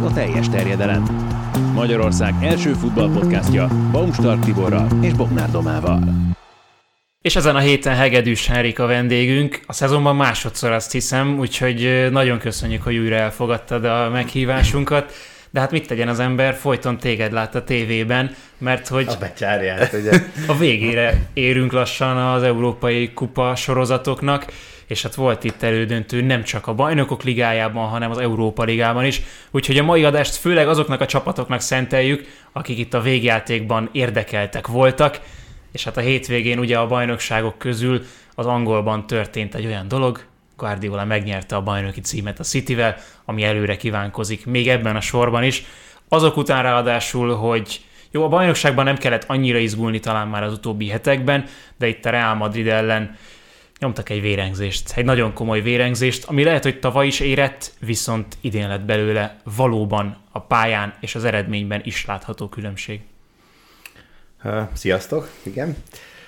a teljes terjedelem. Magyarország első futballpodcastja Baumstark Tiborral és Bognár Domával. És ezen a héten Hegedűs Henrik a vendégünk, a szezonban másodszor azt hiszem, úgyhogy nagyon köszönjük, hogy újra elfogadtad a meghívásunkat. De hát mit tegyen az ember, folyton téged lát a tévében, mert hogy a becsárját, ugye? A végére érünk lassan az Európai Kupa sorozatoknak, és hát volt itt elődöntő nem csak a Bajnokok Ligájában, hanem az Európa Ligában is. Úgyhogy a mai adást főleg azoknak a csapatoknak szenteljük, akik itt a végjátékban érdekeltek voltak, és hát a hétvégén ugye a bajnokságok közül az angolban történt egy olyan dolog, Guardiola megnyerte a bajnoki címet a Cityvel, ami előre kívánkozik még ebben a sorban is. Azok után ráadásul, hogy jó, a bajnokságban nem kellett annyira izgulni talán már az utóbbi hetekben, de itt a Real Madrid ellen nyomtak egy vérengzést, egy nagyon komoly vérengzést, ami lehet, hogy tavaly is érett, viszont idén lett belőle valóban a pályán és az eredményben is látható különbség. Sziasztok, igen.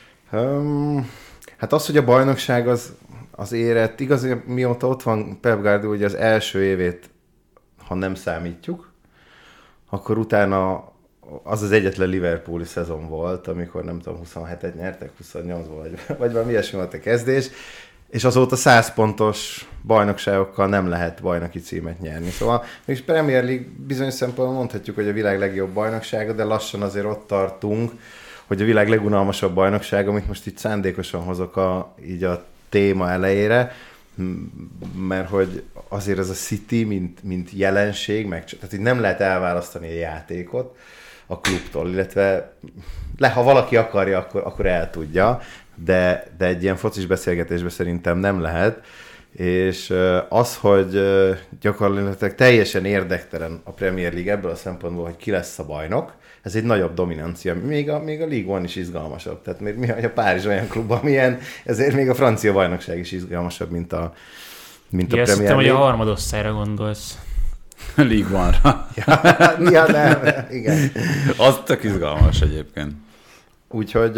Hát az, hogy a bajnokság az érett, igaz, mióta ott van Pep Guardiola, ugye az első évét, ha nem számítjuk, akkor utána az egyetlen Liverpooli szezon volt, amikor nem tudom, 27-et nyertek, 28-ból, vagy valami ilyesmi volt a kezdés, és azóta 100 pontos bajnokságokkal nem lehet bajnoki címet nyerni. Szóval mégis Premier League bizonyos szempontból mondhatjuk, hogy a világ legjobb bajnoksága, de lassan azért ott tartunk, hogy a világ legunalmasabb bajnoksága, amit most itt szándékosan hozok így a téma elejére, mert hogy azért ez a City, mint jelenség, tehát így nem lehet elválasztani a játékot a klubtól, illetve ha valaki akarja, akkor el tudja, de egy ilyen focis beszélgetésben szerintem nem lehet, és az, hogy gyakorlatilag teljesen érdektelen a Premier League ebből a szempontból, hogy ki lesz a bajnok, ez egy nagyobb dominancia. Még a League One is izgalmasabb. Tehát mi a Párizs olyan klub, amilyen, ezért még a francia bajnokság is izgalmasabb, mint a Premier League. Azt hittem, hogy a harmadosztályra gondolsz. League One-ra. Ja, nem, igen. Az tök izgalmas egyébként. Úgyhogy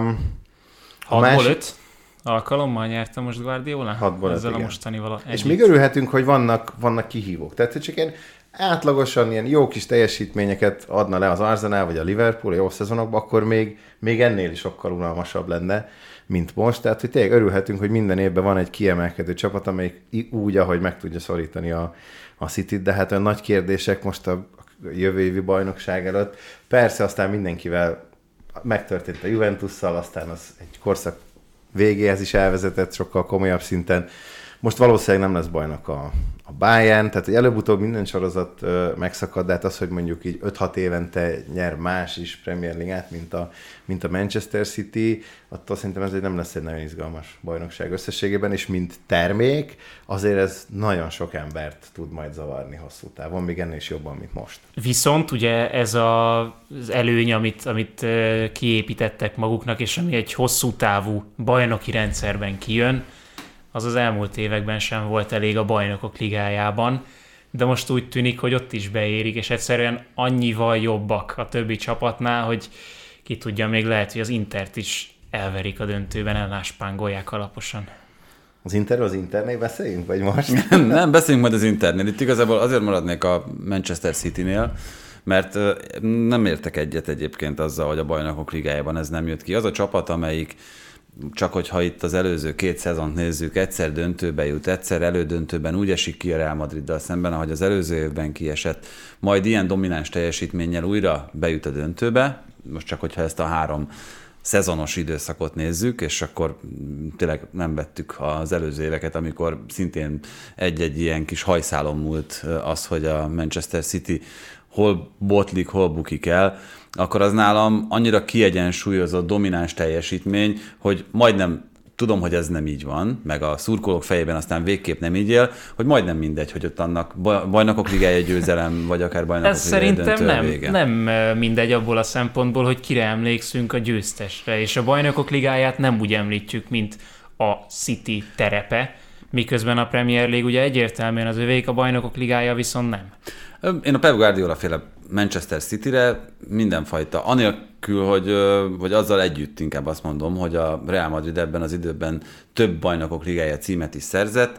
6-ból 5 alkalommal nyerte most Guardiola? 6-ból 5, ezzel igen. A mostanival és még örülhetünk, hogy vannak kihívók. Tehát, hogy csak ilyen átlagosan ilyen jó kis teljesítményeket adna le az Arsenal vagy a Liverpool a jó szezonokban, akkor még ennél is sokkal unalmasabb lenne, mint most. Tehát, hogy tényleg örülhetünk, hogy minden évben van egy kiemelkedő csapat, amelyik úgy, ahogy meg tudja szorítani a Cityt, de hát olyan nagy kérdések most a jövő évi bajnokság előtt. Persze aztán mindenkivel megtörtént a Juventusszal, aztán az egy korszak végéhez is elvezetett sokkal komolyabb szinten. Most valószínűleg nem lesz bajnok a Bayern, tehát hogy előbb-utóbb minden sorozat megszakad, de hát az, hogy mondjuk így 5-6 évente nyer más is Premier League-át, mint a Manchester City, attól szerintem ez nem lesz egy nagyon izgalmas bajnokság összességében, és mint termék, azért ez nagyon sok embert tud majd zavarni hosszú távon, még ennél is jobban, mint most. Viszont ugye ez az előny, amit kiépítettek maguknak, és ami egy hosszú távú bajnoki rendszerben kijön, az elmúlt években sem volt elég a Bajnokok Ligájában, de most úgy tűnik, hogy ott is beérik, és egyszerűen annyival jobbak a többi csapatnál, hogy ki tudja, még lehet, hogy az Intert is elverik a döntőben, elnáspángolják alaposan. Az Internél beszéljünk, vagy most? Nem, beszéljünk majd az Internél. Itt igazából azért maradnék a Manchester Citynél, mert nem értek egyet egyébként azzal, hogy a Bajnokok Ligájában ez nem jött ki. Az a csapat, amelyik csak hogyha itt az előző 2 szezont nézzük, egyszer döntőbe jut, egyszer elődöntőben úgy esik ki a Real Madriddal szemben, ahogy az előző évben kiesett, majd ilyen domináns teljesítménnyel újra bejut a döntőbe, most csak hogyha ezt a 3 szezonos időszakot nézzük, és akkor tényleg nem vettük az előző éveket, amikor szintén egy-egy ilyen kis hajszálon múlt az, hogy a Manchester City hol botlik, hol bukik el, akkor az nálam annyira kiegyensúlyozott, domináns teljesítmény, hogy majdnem, tudom, hogy ez nem így van, meg a szurkolók fejében aztán végképp nem így él, hogy majdnem mindegy, hogy ott annak Bajnokok Ligája győzelem, vagy akár Bajnokok Ligája döntő a vége. Nem mindegy abból a szempontból, hogy kire emlékszünk a győztesre, és a Bajnokok Ligáját nem úgy említjük, mint a City terepe, miközben a Premier League ugye egyértelműen az övék, a Bajnokok Ligája viszont nem. Én a Pep Guardiola féle Manchester Cityre mindenfajta, anélkül, hogy azzal együtt inkább azt mondom, hogy a Real Madrid ebben az időben több Bajnokok Ligája címet is szerzett,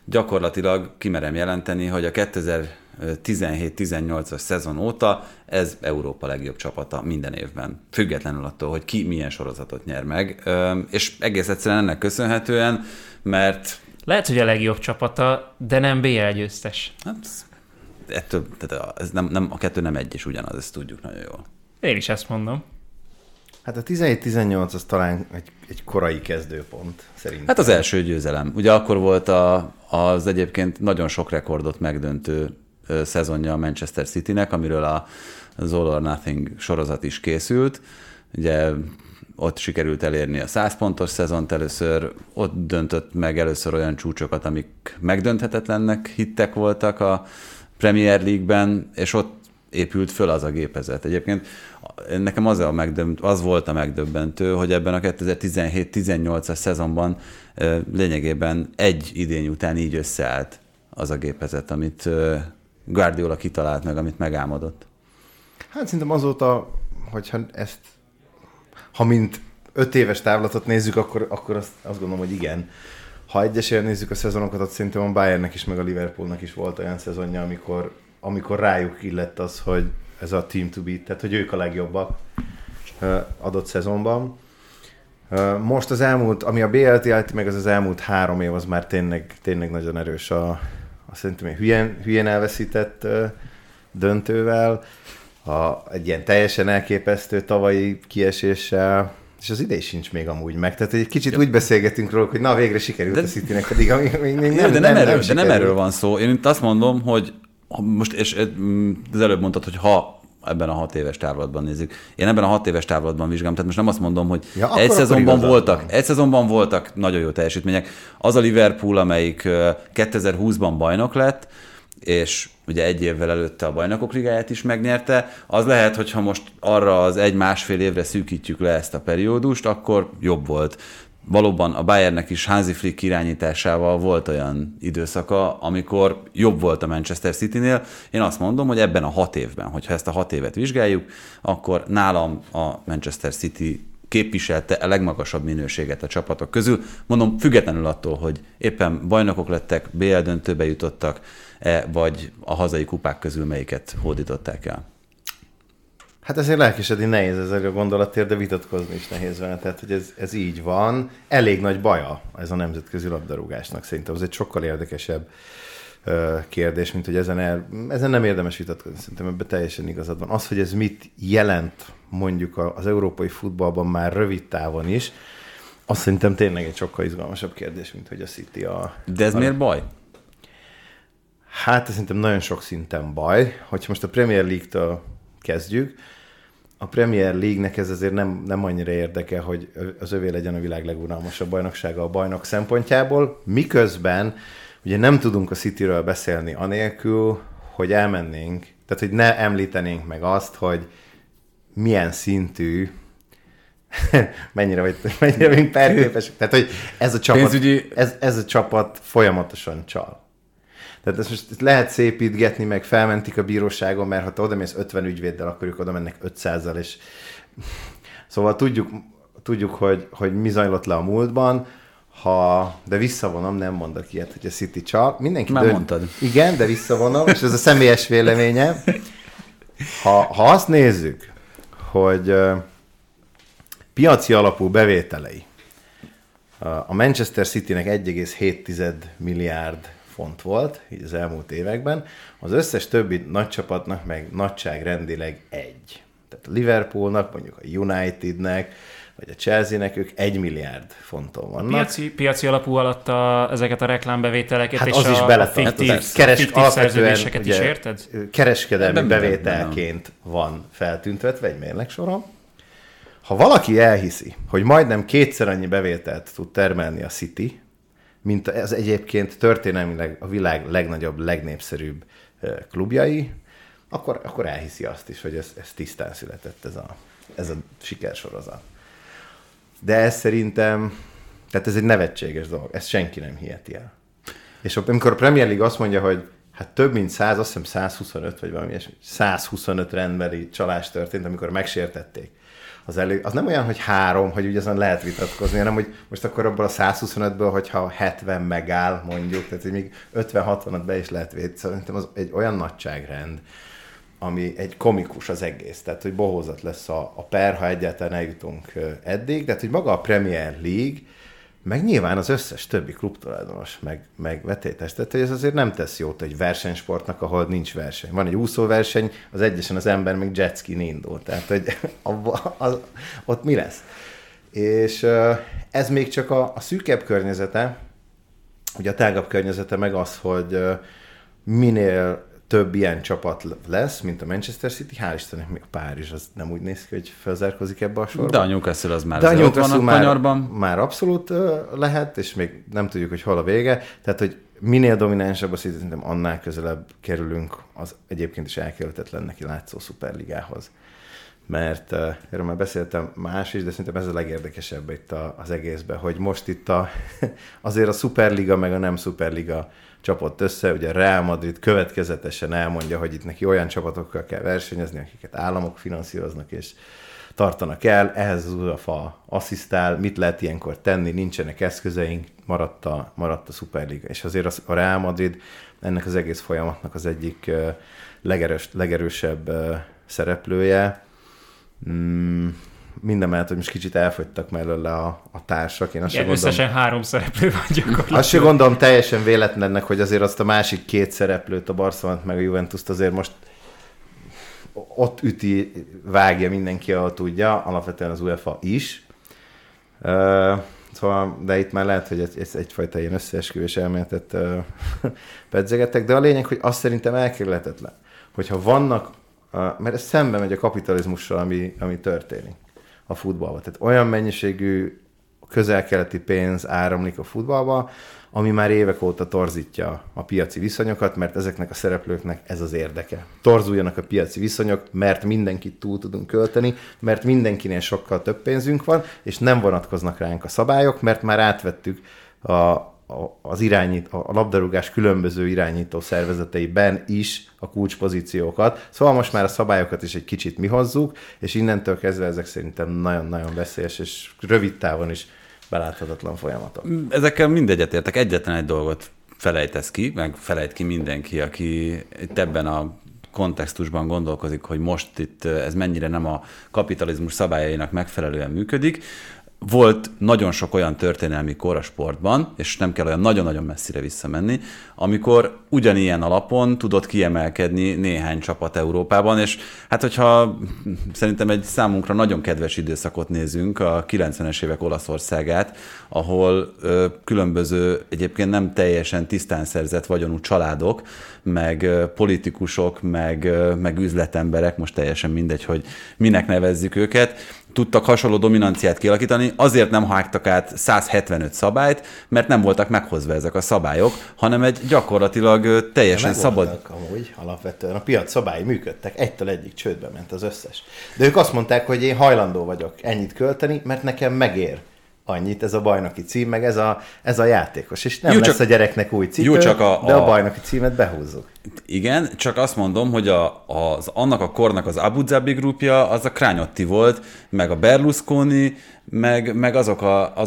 gyakorlatilag kimerem jelenteni, hogy a 2017-18-as szezon óta ez Európa legjobb csapata minden évben. Függetlenül attól, hogy ki milyen sorozatot nyer meg. És egész egyszerűen ennek köszönhetően, mert... Lehet, hogy a legjobb csapata, de nem BL győztes. Hát, ettől, tehát ez nem, a kettő nem egy és ugyanaz, ezt tudjuk nagyon jól. Én is ezt mondom. Hát a 17-18 az talán egy korai kezdőpont, szerintem. Hát az első győzelem. Ugye akkor volt az egyébként nagyon sok rekordot megdöntő szezonja a Manchester Citynek, amiről az All or Nothing sorozat is készült. Ugye ott sikerült elérni a 100 pontos szezont először, ott döntött meg először olyan csúcsokat, amik megdönthetetlennek hittek voltak a Premier League-ben, és ott épült föl az a gépezet. Egyébként nekem az volt a megdöbbentő, hogy ebben a 2017-18-as szezonban lényegében egy idény után így összeállt az a gépezet, amit Guardiola kitalált meg, amit megálmodott. Hát szerintem azóta, hogyha ha mint 5 éves távlatot nézzük, akkor azt gondolom, hogy igen. Ha egyesével nézzük a szezonokat, ott szerintem a Bayernnek is, meg a Liverpoolnak is volt olyan szezonja, amikor rájuk illett az, hogy ez a team to beat, tehát hogy ők a legjobbak adott szezonban. Most az elmúlt, ami a BL-t jelenti, meg az elmúlt 3 év, az már tényleg nagyon erős szerintem hülyén elveszített döntővel, egy ilyen teljesen elképesztő tavalyi kieséssel, és az idei sincs még amúgy meg. Tehát egy kicsit úgy beszélgetünk róla, hogy na végre sikerült a Citynek, pedig nem erről van szó. Én itt azt mondom, hogy most, és az előbb mondtad, hogy ha ebben a 6 éves távlatban nézzük. Én ebben a 6 éves távlatban vizsgálom, tehát most nem azt mondom, hogy egy szezonban voltak nagyon jó teljesítmények. Az a Liverpool, amelyik 2020-ban bajnok lett, és ugye egy évvel előtte a Bajnokok Ligáját is megnyerte, az lehet, hogyha most arra az 1-1,5 évre szűkítjük le ezt a periódust, akkor jobb volt. Valóban a Bayernnek is Hansi Flick irányításával volt olyan időszaka, amikor jobb volt a Manchester Citynél. Én azt mondom, hogy ebben a 6 évben, hogyha ezt a 6 évet vizsgáljuk, akkor nálam a Manchester City képviselte a legmagasabb minőséget a csapatok közül. Mondom, függetlenül attól, hogy éppen bajnokok lettek, BL döntőbe jutottak, vagy a hazai kupák közül melyiket hódították el. Hát ezért lelkesedni nehéz ezzel a gondolatért, de vitatkozni is nehéz vele. Tehát, hogy ez így van. Elég nagy baja ez a nemzetközi labdarúgásnak. Szerintem ez egy sokkal érdekesebb kérdés, mint hogy ezen nem érdemes vitatkozni. Szerintem ebben teljesen igazad van. Az, hogy ez mit jelent mondjuk az európai futballban már rövid távon is, azt szerintem tényleg egy sokkal izgalmasabb kérdés, mint hogy a City De ez miért baj? Hát ez szerintem nagyon sok szinten baj. Hogyha most a Premier League-től kezdjük, a Premier League-nek ez azért nem annyira érdekel, hogy az övé legyen a világ leguralmasabb bajnoksága a bajnok szempontjából, miközben ugye nem tudunk a Cityről beszélni anélkül, hogy elmennénk, tehát hogy ne említenénk meg azt, hogy milyen szintű, mennyire vagyunk perképesek. Tehát, hogy ez a csapat folyamatosan csal. Tehát ezt most lehet szépítgetni, meg felmentik a bíróságon, mert ha te odamész 50 ügyvéddel, akkor ők oda mennek 500-zal, és szóval tudjuk hogy mi zajlott le a múltban, de visszavonom, nem mondok ilyet, hogy a City csal. Mindenki már mondtad. Igen, de visszavonom, és ez a személyes véleményem. Ha azt nézzük, hogy piaci alapú bevételei a Manchester Citynek 1,7 milliárd font volt, így az elmúlt években, az összes többi nagy csapatnak meg nagyságrendileg 1. Tehát a Liverpoolnak, mondjuk a Unitednek, vagy a Chelsea-nek ők 1 milliárd fonton vannak. Piaci alapú alatt ezeket a reklámbevételeket hát és az is a fiktív szerződéseket is érted? Kereskedelmi bevételként van feltüntetve egy mérlegsoron. Ha valaki elhiszi, hogy majdnem 2-szer annyi bevételt tud termelni a City, mint ez egyébként történelmileg a világ legnagyobb, legnépszerűbb klubjai, akkor elhiszi azt is, hogy ez tisztán született ez a sikersorozat. De ez szerintem, tehát ez egy nevetséges dolog, ezt senki nem hiheti el. És amikor a Premier League azt mondja, hogy hát több mint 100, azt hiszem 125 vagy valami ilyesmi, 125 rendbeli csalás történt, amikor megsértették az nem olyan, hogy 3, hogy ugye azon lehet vitatkozni, hanem hogy most akkor abból a 125-ből, hogyha 70 megáll mondjuk, tehát hogy még 50-60-at be is lehet védni. Szerintem az egy olyan nagyságrend, ami egy komikus az egész, tehát hogy bohózat lesz a per, ha egyáltalán eljutunk eddig, de hogy maga a Premier League, meg nyilván az összes többi klubtulajdonos, meg vetétes, tehát hogy ez azért nem tesz jót egy versenysportnak, ahol nincs verseny. Van egy úszóverseny, az egyesen az ember meg jetski indul, tehát hogy ott mi lesz? És ez még csak a szűkebb környezete, ugye a tágabb környezete meg az, hogy minél több ilyen csapat lesz, mint a Manchester City, hál' Istennek még a Párizs, az nem úgy néz ki, hogy felzárkozik ebbe a sorba. De a Newcastle az már ott van a kanyarban. Már abszolút lehet, és még nem tudjuk, hogy hol a vége. Tehát, hogy minél dominánsabb a City, szerintem annál közelebb kerülünk az egyébként is elkerülhetetlen neki látszó szuperligához. Mert erről már beszéltem más is, de szerintem ez a legérdekesebb itt az egészben, hogy most itt azért a szuperliga meg a nem szuperliga csapott össze, ugye a Real Madrid következetesen elmondja, hogy itt neki olyan csapatokkal kell versenyezni, akiket államok finanszíroznak és tartanak el, ehhez az UEFA asszisztál, mit lehet ilyenkor tenni, nincsenek eszközeink, maradt a Szuperliga. És azért a Real Madrid ennek az egész folyamatnak az egyik legerősebb szereplője. Mindemellett, hogy most kicsit elfogytak mellőle a társak. Én igen, összesen 3 szereplő van gyakorlatilag. Azt sem gondolom teljesen véletlennek, hogy azért azt a másik 2 szereplőt, a Barcelonát meg a Juventust azért most ott vágja mindenki, ahol tudja, alapvetően az UEFA is. Szóval, de itt már lehet, hogy ez egyfajta ilyen összeesküvés elméletet pedzegettek, de a lényeg, hogy azt szerintem elkerülhetetlen, hogyha vannak, mert ez szembe megy a kapitalizmussal, ami történik a futballban. Tehát olyan mennyiségű közel-keleti pénz áramlik a futballba, ami már évek óta torzítja a piaci viszonyokat, mert ezeknek a szereplőknek ez az érdeke. Torzuljanak a piaci viszonyok, mert mindenkit túl tudunk költeni, mert mindenkinél sokkal több pénzünk van, és nem vonatkoznak ránk a szabályok, mert már átvettük a labdarúgás különböző irányító szervezeteiben is a kulcspozíciókat. Szóval most már a szabályokat is egy kicsit mi hozzuk, és innentől kezdve ezek szerintem nagyon-nagyon veszélyes, és rövid távon is beláthatatlan folyamatok. Ezekkel mindegyet értek. Egyetlen egy dolgot felejtesz ki, meg felejt ki mindenki, aki itt ebben a kontextusban gondolkozik, hogy most itt ez mennyire nem a kapitalizmus szabályainak megfelelően működik. Volt nagyon sok olyan történelmi kor a sportban, és nem kell olyan nagyon-nagyon messzire visszamenni, amikor ugyanilyen alapon tudott kiemelkedni néhány csapat Európában, és hát hogyha szerintem egy számunkra nagyon kedves időszakot nézünk, a 90-es évek Olaszországát, ahol különböző, egyébként nem teljesen tisztán szerzett vagyonú családok, meg politikusok, meg üzletemberek, most teljesen mindegy, hogy minek nevezzük őket, tudtak hasonló dominanciát kialakítani, azért nem hágtak át 175 szabályt, mert nem voltak meghozva ezek a szabályok, hanem egy gyakorlatilag teljesen szabad... Amúgy alapvetően a piac szabályi működtek, egytől egyik csődbe ment az összes. De ők azt mondták, hogy én hajlandó vagyok ennyit költeni, mert nekem megér annyit ez a bajnoki cím, meg ez a játékos. És nem lesz a gyereknek új cipő, de a bajnoki címet behúzzuk. Igen, csak azt mondom, hogy annak a kornak az Abu Dhabi grupja, az a Cragnotti volt, meg a Berlusconi, meg azok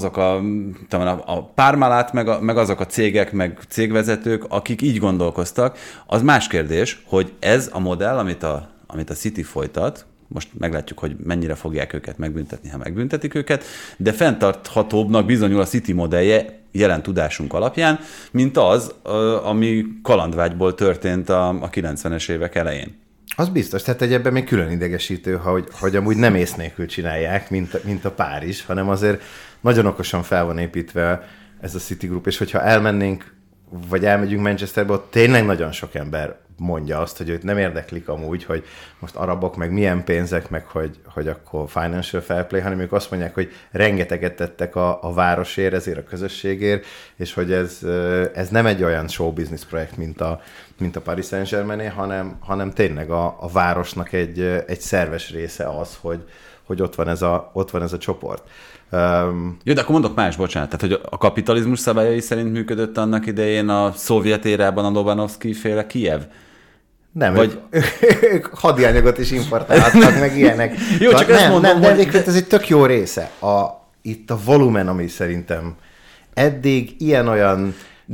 a Parmalat, meg azok a cégek, meg cégvezetők, akik így gondolkoztak. Az más kérdés, hogy ez a modell, amit a City folytat, most meglátjuk, hogy mennyire fogják őket megbüntetni, ha megbüntetik őket, de fenntarthatóbbnak bizonyul a City modellje jelen tudásunk alapján, mint az, ami kalandvágyból történt a 90-es évek elején. Az biztos, tehát egy ebben még külön idegesítő, hogy amúgy nem ész nélkül csinálják, mint a Párizs, hanem azért nagyon okosan fel van építve ez a City Group, és hogyha elmennénk, vagy elmegyünk Manchesterbe, ott tényleg nagyon sok ember mondja azt, hogy őt nem érdeklik amúgy, hogy most arabok, meg milyen pénzek, meg hogy akkor financial fair play, hanem ők azt mondják, hogy rengeteget tettek a városért, ezért a közösségért, és hogy ez nem egy olyan show business projekt, mint a Paris Saint-Germain, hanem tényleg a városnak egy szerves része az, hogy ott van ez a csoport. Jó, de akkor mondok más, bocsánat. Tehát, hogy a kapitalizmus szabályai szerint működött annak idején a szovjet érában a Lobanovszky féle Kijev? Nem, vagy... ők hadianyagot is importálhatnak, meg ilyenek. Jó, csak ezt mondom, de ez egy tök jó része. Itt a volumen, ami szerintem eddig ilyen-olyan de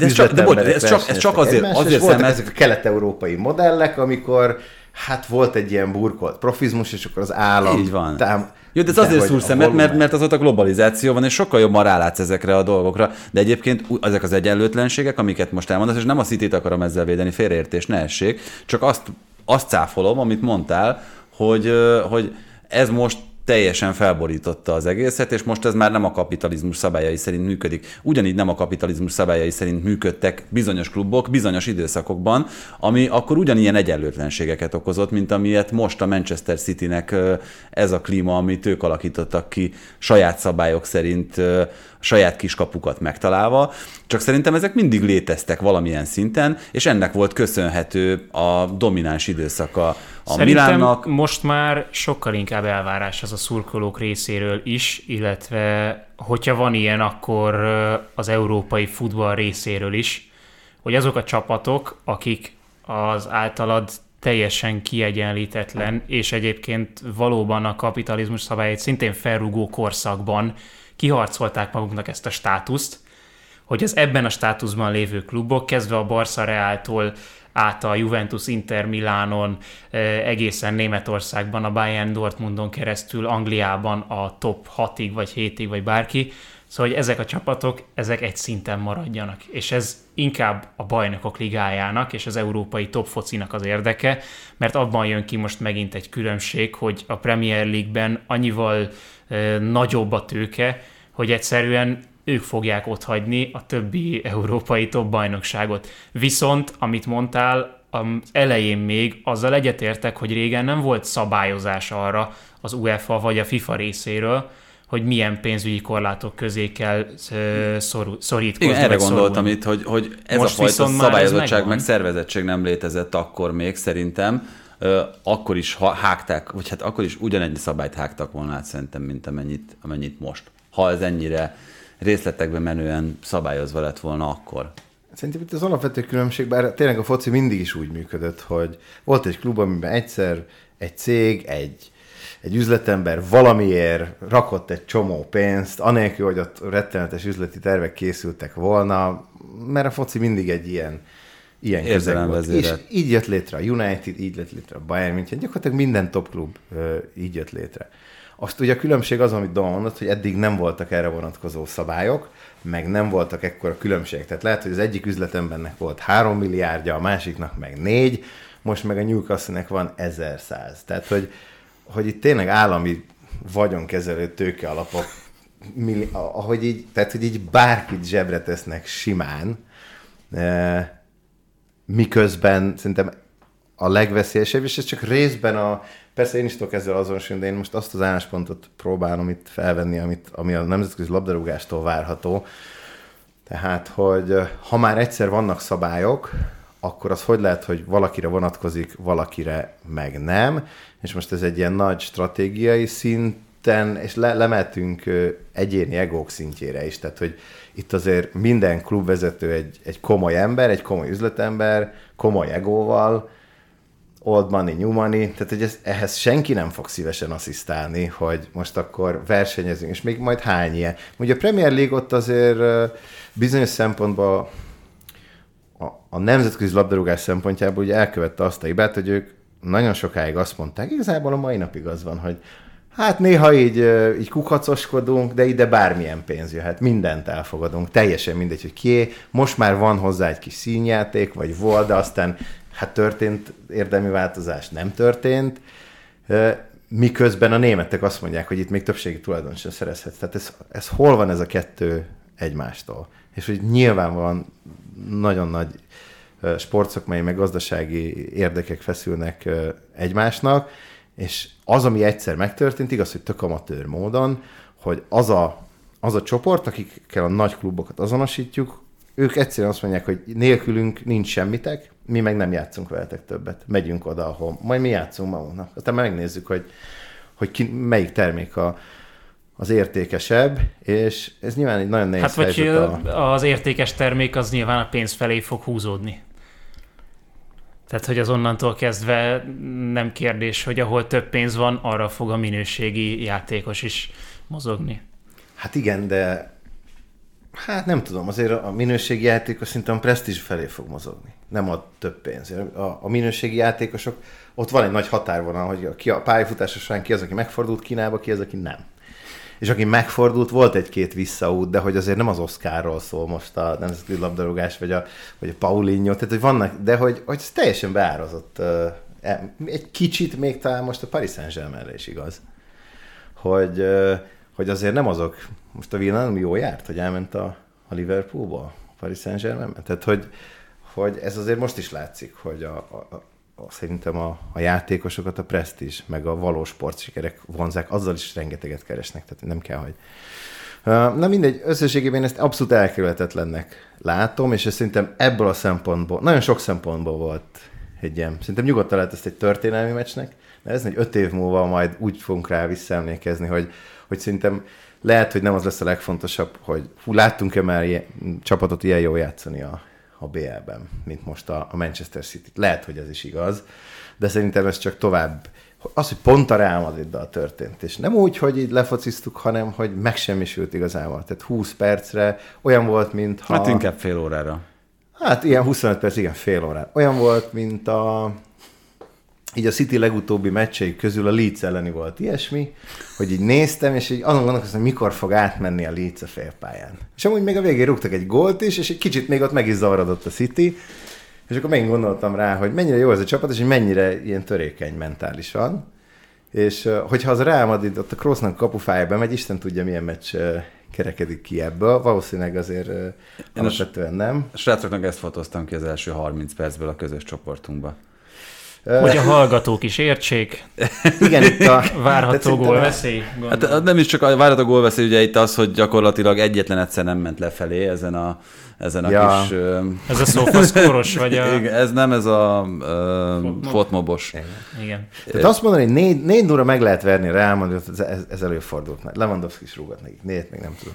ez csak azért voltak ezek a kelet-európai modellek, amikor hát volt egy ilyen burkolt profizmus, és akkor az állam... Így van. Jó, de ez azért szúr szemet, mert az ott a globalizáció van, és sokkal jobban rálátsz ezekre a dolgokra. De egyébként ezek az egyenlőtlenségek, amiket most elmondasz, és nem a Cityt akarom ezzel védeni, félreértés ne essék, csak azt cáfolom, amit mondtál, hogy ez most teljesen felborította az egészet, és most ez már nem a kapitalizmus szabályai szerint működik. Ugyanígy nem a kapitalizmus szabályai szerint működtek bizonyos klubok, bizonyos időszakokban, ami akkor ugyanilyen egyenlőtlenségeket okozott, mint amilyet most a Manchester Citynek ez a klíma, amit ők alakítottak ki saját szabályok szerint, saját kiskapukat megtalálva, csak szerintem ezek mindig léteztek valamilyen szinten, és ennek volt köszönhető a domináns időszaka a Milánnak. Most már sokkal inkább elvárás az a szurkolók részéről is, illetve hogyha van ilyen, akkor az európai futball részéről is, hogy azok a csapatok, akik az általad teljesen kiegyenlítetlen, és egyébként valóban a kapitalizmus szabályait szintén felrúgó korszakban kiharcolták maguknak ezt a státuszt, hogy az ebben a státuszban lévő klubok, kezdve a Barca Realtól át a Juventus, Inter Milánon, egészen Németországban, a Bayern Dortmundon keresztül, Angliában a top 6-ig, vagy 7-ig, vagy bárki. Szóval, hogy ezek a csapatok, ezek egy szinten maradjanak. És ez inkább a Bajnokok Ligájának és az európai top focinak az érdeke, mert abban jön ki most megint egy különbség, hogy a Premier League-ben annyival nagyobb a tőke, hogy egyszerűen ők fogják otthagyni a többi európai top bajnokságot. Viszont, amit mondtál, az elején még azzal egyetértek, hogy régen nem volt szabályozás arra az UEFA vagy a FIFA részéről, hogy milyen pénzügyi korlátok közé kell szorítkozni. Igen, erre gondoltam itt, hogy ez most a fajta szabályozottság meg szervezettség nem létezett akkor még szerintem. Akkor is hágták, vagy hát akkor is ugyanennyi szabályt hágtak volna át szerintem, mint amennyit most. Ha ez ennyire részletekben menően szabályozva lett volna akkor. Szerintem itt az alapvető különbség, bár tényleg a foci mindig is úgy működött, hogy volt egy klub, amiben egyszer egy cég, egy üzletember valamiért rakott egy csomó pénzt, anélkül, hogy ott rettenetes üzleti tervek készültek volna, mert a foci mindig egy ilyen közeg volt. És így jött létre a United, így jött létre a Bayern München, gyakorlatilag minden top klub így jött létre. Azt ugye a különbség az, amit Doma mondott, hogy eddig nem voltak erre vonatkozó szabályok, meg nem voltak ekkora különbségek. Tehát lehet, hogy az egyik üzletembernek volt 3 milliárdja, a másiknak meg 4, most meg a Newcastle-nek van 1100. Tehát, hogy itt tényleg állami vagyonkezelő tőkealapok, ahogy így, tehát, hogy így bárkit zsebre tesznek simán, miközben szerintem a legveszélyesebb, és ez csak részben persze én is tudok ezzel azonosulni, de én most azt az álláspontot próbálom itt felvenni, ami a nemzetközi labdarúgástól várható. Tehát, hogy ha már egyszer vannak szabályok, akkor az hogy lehet, hogy valakire vonatkozik, valakire meg nem. És most ez egy ilyen nagy stratégiai szinten, és lemeltünk egyéni egók szintjére is. Tehát, hogy itt azért minden klubvezető egy komoly ember, egy komoly üzletember, komoly egóval, old money, new money, tehát hogy ehhez senki nem fog szívesen asszisztálni, hogy most akkor versenyezünk, és még majd hány ilyen. Ugye a Premier League ott azért bizonyos szempontból a nemzetközi labdarúgás szempontjából ugye elkövette azt a hibát, hogy ők nagyon sokáig azt mondták, igazából a mai napig az van, hogy hát néha így kukacoskodunk, de ide bármilyen pénz jöhet, mindent elfogadunk, teljesen mindegy, hogy kié. Most már van hozzá egy kis színjáték, vagy volt, de aztán hát történt érdemi változás, nem történt, miközben a németek azt mondják, hogy itt még többségi tulajdon sem szerezhetsz. Tehát ez hol van ez a kettő egymástól? És hogy nyilvánvalóan nagyon nagy sportszakmai, meg gazdasági érdekek feszülnek egymásnak, és az, ami egyszer megtörtént, igaz, hogy tök amatőr módon, hogy az a csoport, akikkel a nagy klubokat azonosítjuk, ők egyszerűen azt mondják, hogy nélkülünk nincs semmitek, mi meg nem játszunk veletek többet. Megyünk oda, ahol majd mi játszunk magunknak. Aztán megnézzük, hogy melyik termék az értékesebb, és ez nyilván egy nagyon nehéz helyzet. Az értékes termék az nyilván a pénz felé fog húzódni. Tehát, hogy az onnantól kezdve nem kérdés, hogy ahol több pénz van, arra fog a minőségi játékos is mozogni. Hát igen, de hát nem tudom, azért a minőségi játékos szerintem a presztízs felé fog mozogni. Nem ad több pénz. A minőségi játékosok, ott van egy nagy határvonal, hogy ki a pályafutása során ki az, aki megfordult Kínába, ki az, aki nem. És aki megfordult, volt egy-két visszaút, de hogy azért nem az Oscarról szól most a nemzetközi labdarúgás, vagy a Paulinho, tehát hogy vannak, de hogy ez teljesen beárazott. Egy kicsit még talán most a Paris Saint-Germainre is igaz. Hogy azért nem azok, most a Villan jó járt, hogy elment a Liverpoolba, a Paris Saint-Germainbe. Tehát, hogy ez azért most is látszik, hogy szerintem a játékosokat a presztízs, meg a valós sportsikerek vonzák, azzal is rengeteget keresnek, tehát nem kell, hogy... Na mindegy, összességében én ezt abszolút elkerülhetetlennek látom, és ez szerintem ebből a szempontból, nagyon sok szempontból volt egy ilyen, szerintem nyugodtan lehet ezt egy történelmi meccsnek, de ez egy 5 év múlva majd úgy fogunk rá visszaemlékezni, hogy szerintem lehet, hogy nem az lesz a legfontosabb, hogy láttunk-e már csapatot ilyen jól játszani a BL-ben, mint most a Manchester City. Lehet, hogy ez is igaz, de szerintem ez csak tovább, az, hogy pont a Real Madriddal történt, és nem úgy, hogy így lefociztuk, hanem, hogy megsemmisült igazából. Tehát 20 percre olyan volt, mintha... Hát inkább fél órára. Hát ilyen 25 perc, igen, fél órára. Olyan volt, mint így a City legutóbbi meccsei közül a Leeds elleni volt ilyesmi, hogy így néztem, és így azon gondolkoztam, hogy mikor fog átmenni a Leeds a félpályán. És amúgy még a végén rúgtak egy gólt is, és egy kicsit még ott meg is zavarodott a City, és akkor megint gondoltam rá, hogy mennyire jó ez a csapat, és hogy mennyire ilyen törékeny mentálisan. És hogyha az Real Madrid ott a Kroosnak kapufájába megy, Isten tudja, milyen meccs kerekedik ki ebből. Valószínűleg azért alapvetően nem. A srácoknak ezt fotóztam ki az első 30 percből a közös csoportunkba. Hogy a hallgatók is értsék. Igen, itt a... Várható gólveszély. Hát nem is csak a várható gólveszély, ugye itt az, hogy gyakorlatilag egyetlen egyszer nem ment lefelé ezen a kis... Ez a SofaScore-os, vagy a... Igen, ez nem, ez a fotmobos. Igen. Tehát azt mondani, hogy 4-0-ra meg lehet verni Real Madridot, ez előfordult. Lewandowski is rúgott nekik, 4 még nem tudom.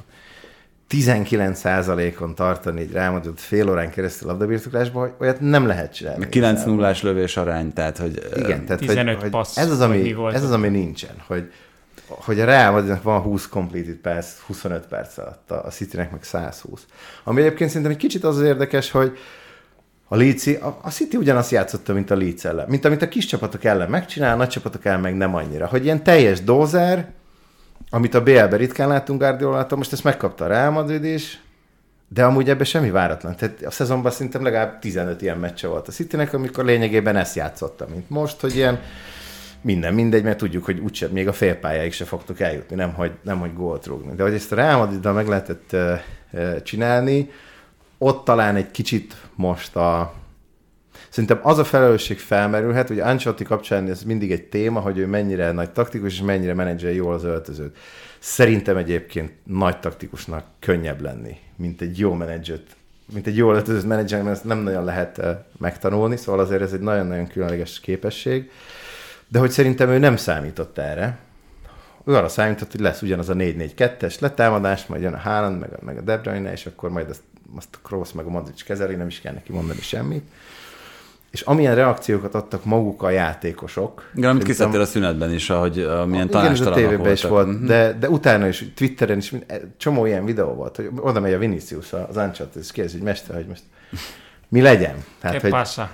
19%-on tartani egy Real Madrid fél órán keresztül labdabirtoklásban, hogy olyat nem lehet csinálni. 9-0-ás lövés arány, tehát hogy... Igen, tehát 15 passz. Ez az, ami nincsen, hogy a Real Madridnak van 20 completed pass 25 perc alatt, a Citynek meg 120. Ami egyébként szerintem egy kicsit az érdekes, hogy a City ugyanazt játszotta, mint a Leeds ellen. Mint amit a kis csapatok ellen megcsinál, a nagy csapatok ellen meg nem annyira. Hogy ilyen teljes dózer, amit a BL-ben ritkán látunk Guardiolától, most ezt megkapta a Real Madrid is, de amúgy ebben semmi váratlan. Tehát a szezonban szerintem legalább 15 ilyen meccse volt a Citynek, amikor lényegében ezt játszotta, mint most, hogy ilyen mindegy, mert tudjuk, hogy úgysem még a félpályáig se fogtok eljutni, nem hogy gólt rúgni. De hogy ezt a Real Madriddal meg lehetett csinálni, ott talán egy kicsit most szerintem az a felelősség felmerülhet, hogy Ancelotti kapcsán ez mindig egy téma, hogy ő mennyire nagy taktikus, és mennyire menedzselje jól az öltözőt. Szerintem egyébként nagy taktikusnak könnyebb lenni, mint egy jó menedzsert, mint egy jól öltözőt menedzselni, mert ezt nem nagyon lehet megtanulni, szóval azért ez egy nagyon-nagyon különleges képesség. De hogy szerintem ő nem számított erre. Ő arra számított, hogy lesz ugyanaz a 4-4-2-es letámadás, majd jön a Haaland, meg a De Bruyne, és akkor majd azt a Kroos meg a Modric kezeli, nem is kell neki mondani semmit. És amilyen reakciókat adtak maguk a játékosok. Igen, amit kiszedtél a szünetben is, ahogy milyen tanástalanok voltak. Igen, is volt, de utána is, Twitteren is csomó ilyen videó volt, hogy oda megy a Vinicius, az Ancelotti, és kérdezi, hogy mester, hogy most mi legyen. Tehát,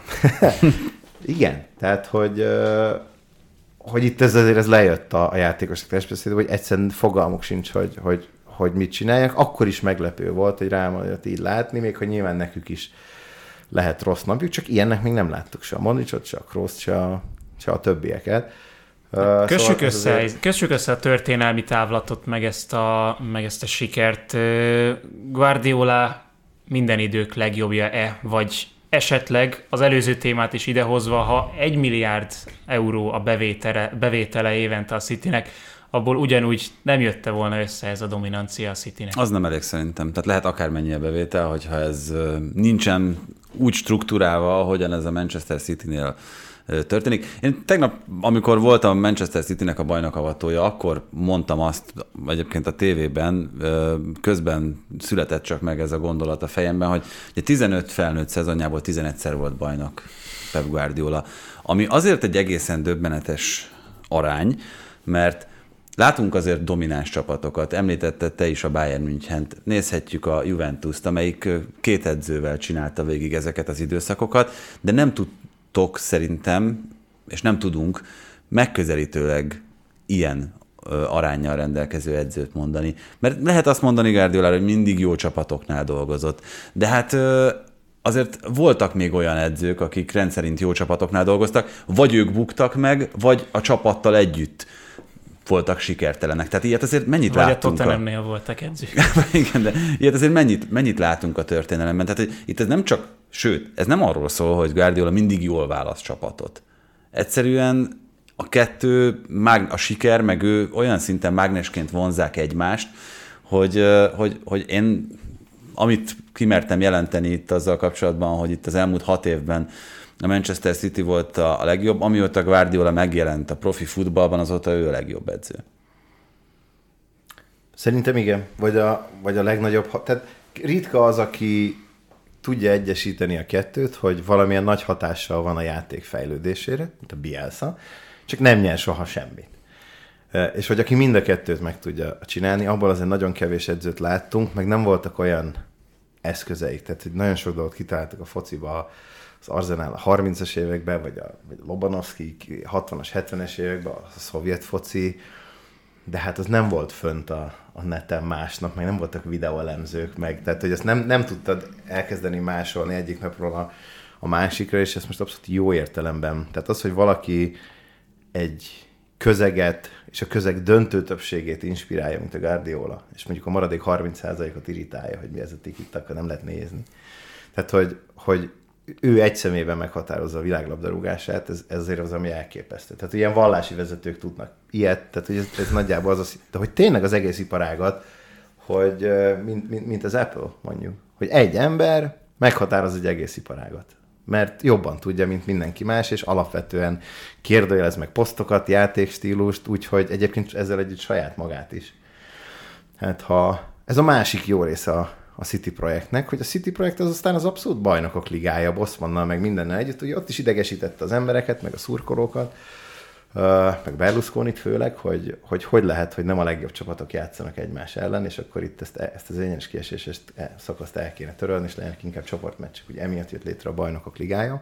igen, tehát, hogy itt ez lejött a játékosok testbeszédben, hogy egyszerűen fogalmuk sincs, hogy mit csinálják. Akkor is meglepő volt, hogy Real így látni, még hogy nyilván nekük is lehet rossz napjuk, csak ilyennek még nem láttuk se a Modricot, se a Krooszt, se a többieket. Kössük össze a történelmi távlatot, meg ezt a sikert. Guardiola minden idők legjobbja-e, vagy esetleg az előző témát is idehozva, ha 1 milliárd euró a bevétele évente a Citynek, abból ugyanúgy nem jötte volna össze ez a dominancia a Citynek. Az nem elég szerintem. Tehát lehet akármennyi a bevétel, hogyha ez nincsen úgy struktúrálva, ahogyan ez a Manchester Citynél történik. Én tegnap, amikor voltam Manchester Citynek a bajnokavatója, akkor mondtam azt egyébként a tévében, közben született csak meg ez a gondolat a fejemben, hogy 15 felnőtt szezonjából 11-szer volt bajnok Pep Guardiola. Ami azért egy egészen döbbenetes arány, mert látunk azért domináns csapatokat. Említetted te is a Bayern Münchent. Nézhetjük a Juventust, amelyik 2 edzővel csinálta végig ezeket az időszakokat, de nem tudtok szerintem, és nem tudunk megközelítőleg ilyen aránnyal rendelkező edzőt mondani. Mert lehet azt mondani Guardiolára, hogy mindig jó csapatoknál dolgozott. De hát azért voltak még olyan edzők, akik rendszerint jó csapatoknál dolgoztak, vagy ők buktak meg, vagy a csapattal együtt voltak sikertelenek. Tehát ilyet azért mennyit vagy látunk? Vagy a Tottenhamnél voltak edzők. Igen, de ilyet azért mennyit látunk a történelemben. Tehát hogy itt ez nem csak, sőt, ez nem arról szól, hogy Guardiola mindig jól választ csapatot. Egyszerűen a kettő, a siker, meg ő olyan szinten mágnesként vonzzák egymást, hogy én, amit kimertem jelenteni itt azzal kapcsolatban, hogy itt az elmúlt 6 évben a Manchester City volt a legjobb, amióta Guardiola megjelent a profi futballban, azóta ő a legjobb edző. Szerintem igen. Vagy a legnagyobb... Tehát ritka az, aki tudja egyesíteni a kettőt, hogy valamilyen nagy hatással van a játék fejlődésére, mint a Bielsa, csak nem nyer soha semmit. És hogy aki mind a kettőt meg tudja csinálni, abból azért nagyon kevés edzőt láttunk, meg nem voltak olyan eszközeik. Tehát hogy nagyon sok dolgot kitaláltak a fociba, az Arsenal a 30-as években, vagy a Lobanovszky 60-as, 70-es években, a szovjet foci, de hát az nem volt fönt a neten másnap, meg nem voltak videóelemzők, meg, tehát hogy ezt nem tudtad elkezdeni másolni egyik napról a másikra, és ezt most abszolút jó értelemben. Tehát az, hogy valaki egy közeget, és a közeg döntő többségét inspirálja, mint a Guardiola, és mondjuk a maradék 30%-ot irritálja, hogy mi ez a tiki-taka, nem lehet nézni. Tehát, hogy ő egy személyben meghatározza a világ labdarúgását, ez azért az, ami elképesztő. Tehát ilyen vallási vezetők tudnak ilyet, tehát hogy ez nagyjából az, de hogy tényleg az egész iparágat, hogy mint az Apple mondjuk, hogy egy ember meghatároz egy egész iparágat. Mert jobban tudja, mint mindenki más, és alapvetően kérdőjelez meg posztokat, játékstílust, úgyhogy egyébként ezzel együtt saját magát is. Hát ez a másik jó része a City projektnek, hogy a City projekt az aztán az abszolút bajnokok ligája, Bosmannal, meg mindennel együtt, hogy ott is idegesítette az embereket, meg a szurkolókat, meg Berlusconit főleg, hogy lehet, hogy nem a legjobb csapatok játszanak egymás ellen, és akkor itt ezt az egyenes kieséses szakaszt el kéne törölni, és legyenek inkább csoportmeccsek, ugye emiatt jött létre a bajnokok ligája.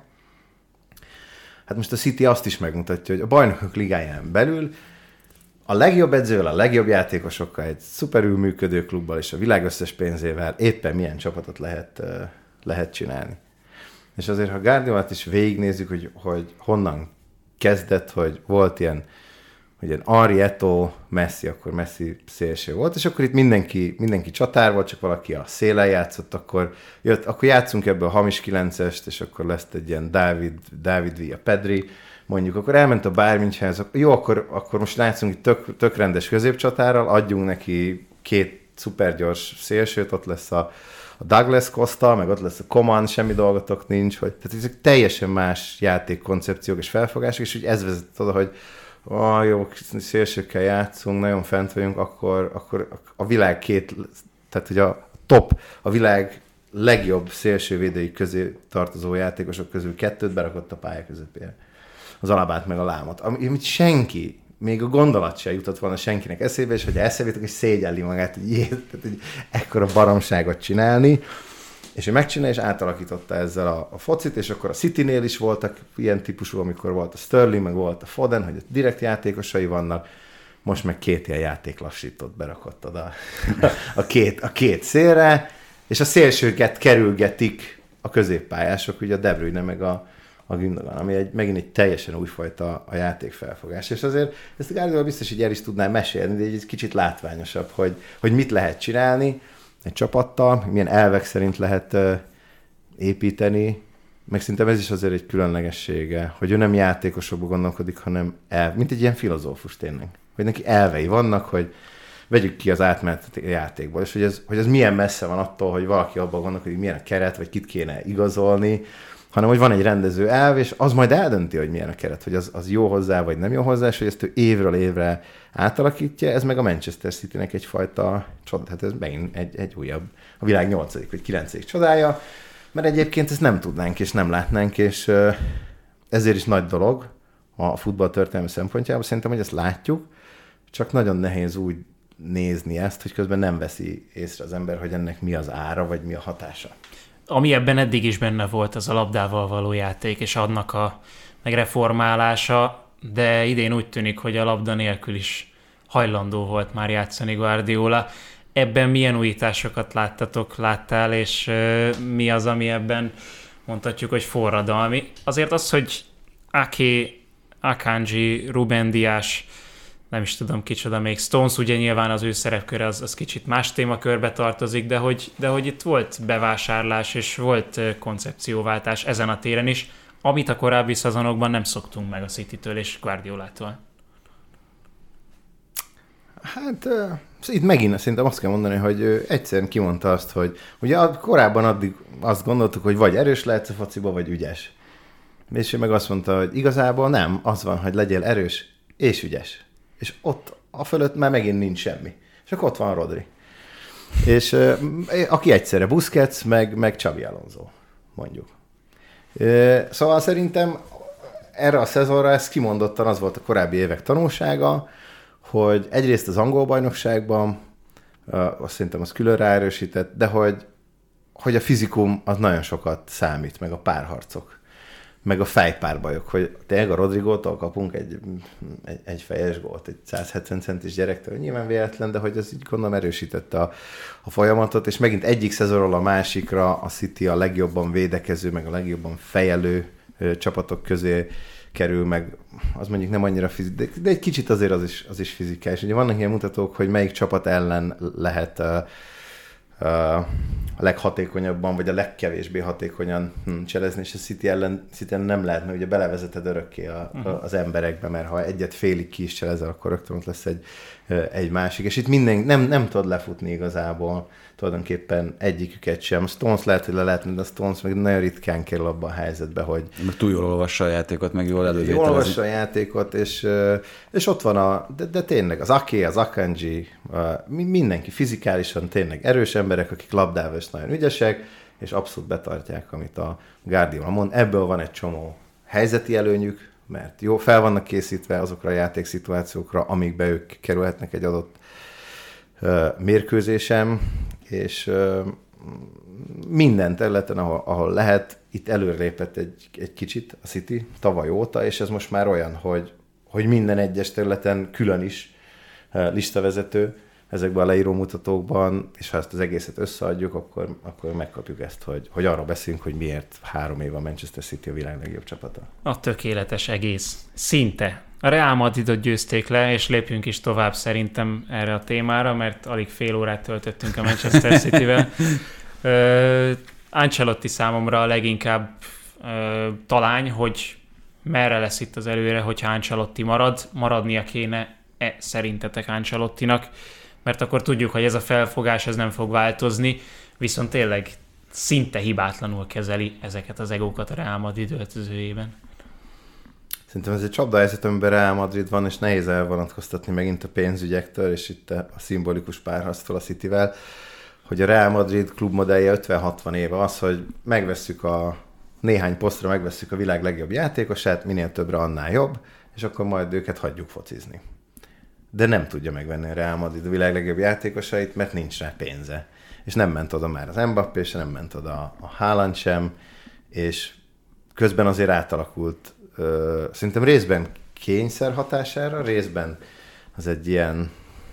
Hát most a City azt is megmutatja, hogy a bajnokok ligáján belül a legjobb edzővel, a legjobb játékosokkal, egy szuperül működő klubbal és a világ összes pénzével éppen milyen csapatot lehet csinálni. És azért, ha Guardiolát is végignézzük, hogy honnan kezdett, hogy volt ilyen, hogy ilyen Henry, Eto'o, Messi, akkor Messi szélső volt, és akkor itt mindenki csatár volt, csak valaki a szélen játszott, akkor játszunk ebből a hamis 9-est, és akkor lesz egy ilyen Dávid via Pedri, mondjuk, akkor elment a Bayern Münchenhez, jó, akkor most látszunk itt tök rendes középcsatárral, adjunk neki 2 szupergyors szélsőt, ott lesz a Douglas Costa, meg ott lesz a Coman, semmi dolgotok nincs, tehát ezek teljesen más játékkoncepciók és felfogások, és úgy ez vezet oda, hogy jó, szélsőkkel játszunk, nagyon fent vagyunk, akkor a világ tehát hogy a világ legjobb szélsővédői közé tartozó játékosok közül 2 berakott a pálya közepére. Az Alabát meg a Lámot. Amit senki, még a gondolat sem jutott volna senkinek eszébe, és hogy eszébe és szégyelli magát, hogy ekkora baromságot csinálni, és ő megcsinálja, és átalakította ezzel a focit, és akkor a Citynél is voltak ilyen típusú, amikor volt a Sterling, meg volt a Foden, hogy direkt játékosai vannak, most meg 2 ilyen játéklassítót berakott oda a két szélre, és a szélsőket kerülgetik a középpályások, ugye a De Bruyne meg a Gündogan, ami megint egy teljesen újfajta a játékfelfogás. És azért ezt a Guardiola biztos, hogy el is tudnám mesélni, de egy kicsit látványosabb, hogy mit lehet csinálni egy csapattal, milyen elvek szerint lehet építeni, meg szerintem ez is azért egy különlegessége, hogy ő nem játékosokból gondolkodik, hanem mint egy ilyen filozófus tényleg. Hogy neki elvei vannak, hogy vegyük ki az átmenet játékból, és hogy ez milyen messze van attól, hogy valaki abban gondolkodik, hogy milyen a keret, vagy kit kéne igazolni, hanem hogy van egy rendező elv, és az majd eldönti, hogy milyen a keret, hogy az jó hozzá, vagy nem jó hozzá, és hogy ezt ő évről évre átalakítja, ez meg a Manchester Citynek egyfajta csoda, hát ez megint egy újabb, a világ 8. vagy 9. csodája, mert egyébként ezt nem tudnánk, és nem látnánk, és ezért is nagy dolog a futball történelmi szempontjából. Szerintem, hogy ezt látjuk, csak nagyon nehéz úgy nézni ezt, hogy közben nem veszi észre az ember, hogy ennek mi az ára, vagy mi a hatása. Ami ebben eddig is benne volt, az a labdával való játék, és annak a megreformálása, de idén úgy tűnik, hogy a labda nélkül is hajlandó volt már játszani Guardiola. Ebben milyen újításokat láttál, és mi az, ami ebben mondhatjuk, hogy forradalmi? Azért az, hogy Ake, Akanji, Ruben Dias, nem is tudom kicsoda még, Stones, ugye nyilván az ő szerepköre az kicsit más témakörbe tartozik, de hogy itt volt bevásárlás és volt koncepcióváltás ezen a téren is, amit a korábbi szezonokban nem szoktunk meg a Citytől és Guardiolától. Hát itt megint szerintem azt kell mondani, hogy ő egyszerűen kimondta azt, hogy ugye korábban addig azt gondoltuk, hogy vagy erős lehetsz a fociba, vagy ügyes. És ő meg azt mondta, hogy igazából nem, az van, hogy legyél erős és ügyes. És ott a fölött már megint nincs semmi. És akkor ott van Rodri. És aki egyszerre Busquets, meg Xabi Alonso, mondjuk. Szóval szerintem erre a szezonra ez kimondottan az volt a korábbi évek tanulsága, hogy egyrészt az angol bajnokságban, azt szerintem az külön ráerősített, de hogy a fizikum az nagyon sokat számít, meg a párharcok, meg a fejpárbajok, hogy tényleg a Rodrigótól kapunk egy fejes gólt, egy 170 centis gyerektől, nyilván véletlen, de hogy ez így gondolom erősítette a folyamatot, és megint egyik szezonról a másikra a City a legjobban védekező, meg a legjobban fejelő csapatok közé kerül, meg az mondjuk nem annyira fizikai, de egy kicsit azért az is fizikális. Ugye vannak ilyen mutatók, hogy melyik csapat ellen lehet a leghatékonyabban, vagy a legkevésbé hatékonyan cselezni, és a City ellen nem lehet, mert ugye belevezeted örökké az emberekbe, mert ha egyet félig ki is cselezel, akkor rögtön ott lesz egy másik. És itt nem tudod lefutni igazából tulajdonképpen egyiküket sem. A Stones lehet, hogy le lehetne, de a Stones meg nagyon ritkán kerül abban a helyzetbe, hogy... Meg túl jól olvassa a játékot, meg jól elővételezni. Jól olvassa a játékot, és ott van de tényleg az Ake, az Akanji, mindenki fizikálisan tényleg erős emberek, akik labdával is nagyon ügyesek, és abszolút betartják, amit a Guardiola mond. Ebből van egy csomó helyzeti előnyük, mert jó, fel vannak készítve azokra a játékszituációkra, amikbe ők kerülhetnek egy adott mérkőzésem, és minden területen, ahol lehet, itt előrelépett egy kicsit a City tavaly óta, és ez most már olyan, hogy minden egyes területen külön is listavezető ezekben a leírómutatókban, és ha ezt az egészet összeadjuk, akkor megkapjuk ezt, hogy arra beszélünk, hogy miért 3 év a Manchester City a világ legjobb csapata. A tökéletes egész. Szinte. A Real Madridot győzték le, és lépjünk is tovább szerintem erre a témára, mert alig fél órát töltöttünk a Manchester Cityvel. Ancelotti számomra a leginkább talány, hogy merre lesz itt az előre, hogyha Ancelotti maradnia kéne szerintetek Ancelottinak, mert akkor tudjuk, hogy ez a felfogás ez nem fog változni, viszont tényleg szinte hibátlanul kezeli ezeket az egókat a Real Madrid öltözőjében. Szerintem ez egy csapdahelyzet, amiben Real Madrid van, és nehéz elvonatkoztatni megint a pénzügyektől, és itt a szimbolikus párharctól a Cityvel, hogy a Real Madrid klubmodellje 50-60 éve az, hogy megvesszük néhány posztra megvesszük a világ legjobb játékosát, minél többre annál jobb, és akkor majd őket hagyjuk focizni. De nem tudja megvenni a Real Madrid a világ legjobb játékosait, mert nincs rá pénze. És nem ment oda már az Mbappé sem, nem ment oda a Haaland sem, és közben azért átalakult, szerintem részben kényszer hatására, részben az egy ilyen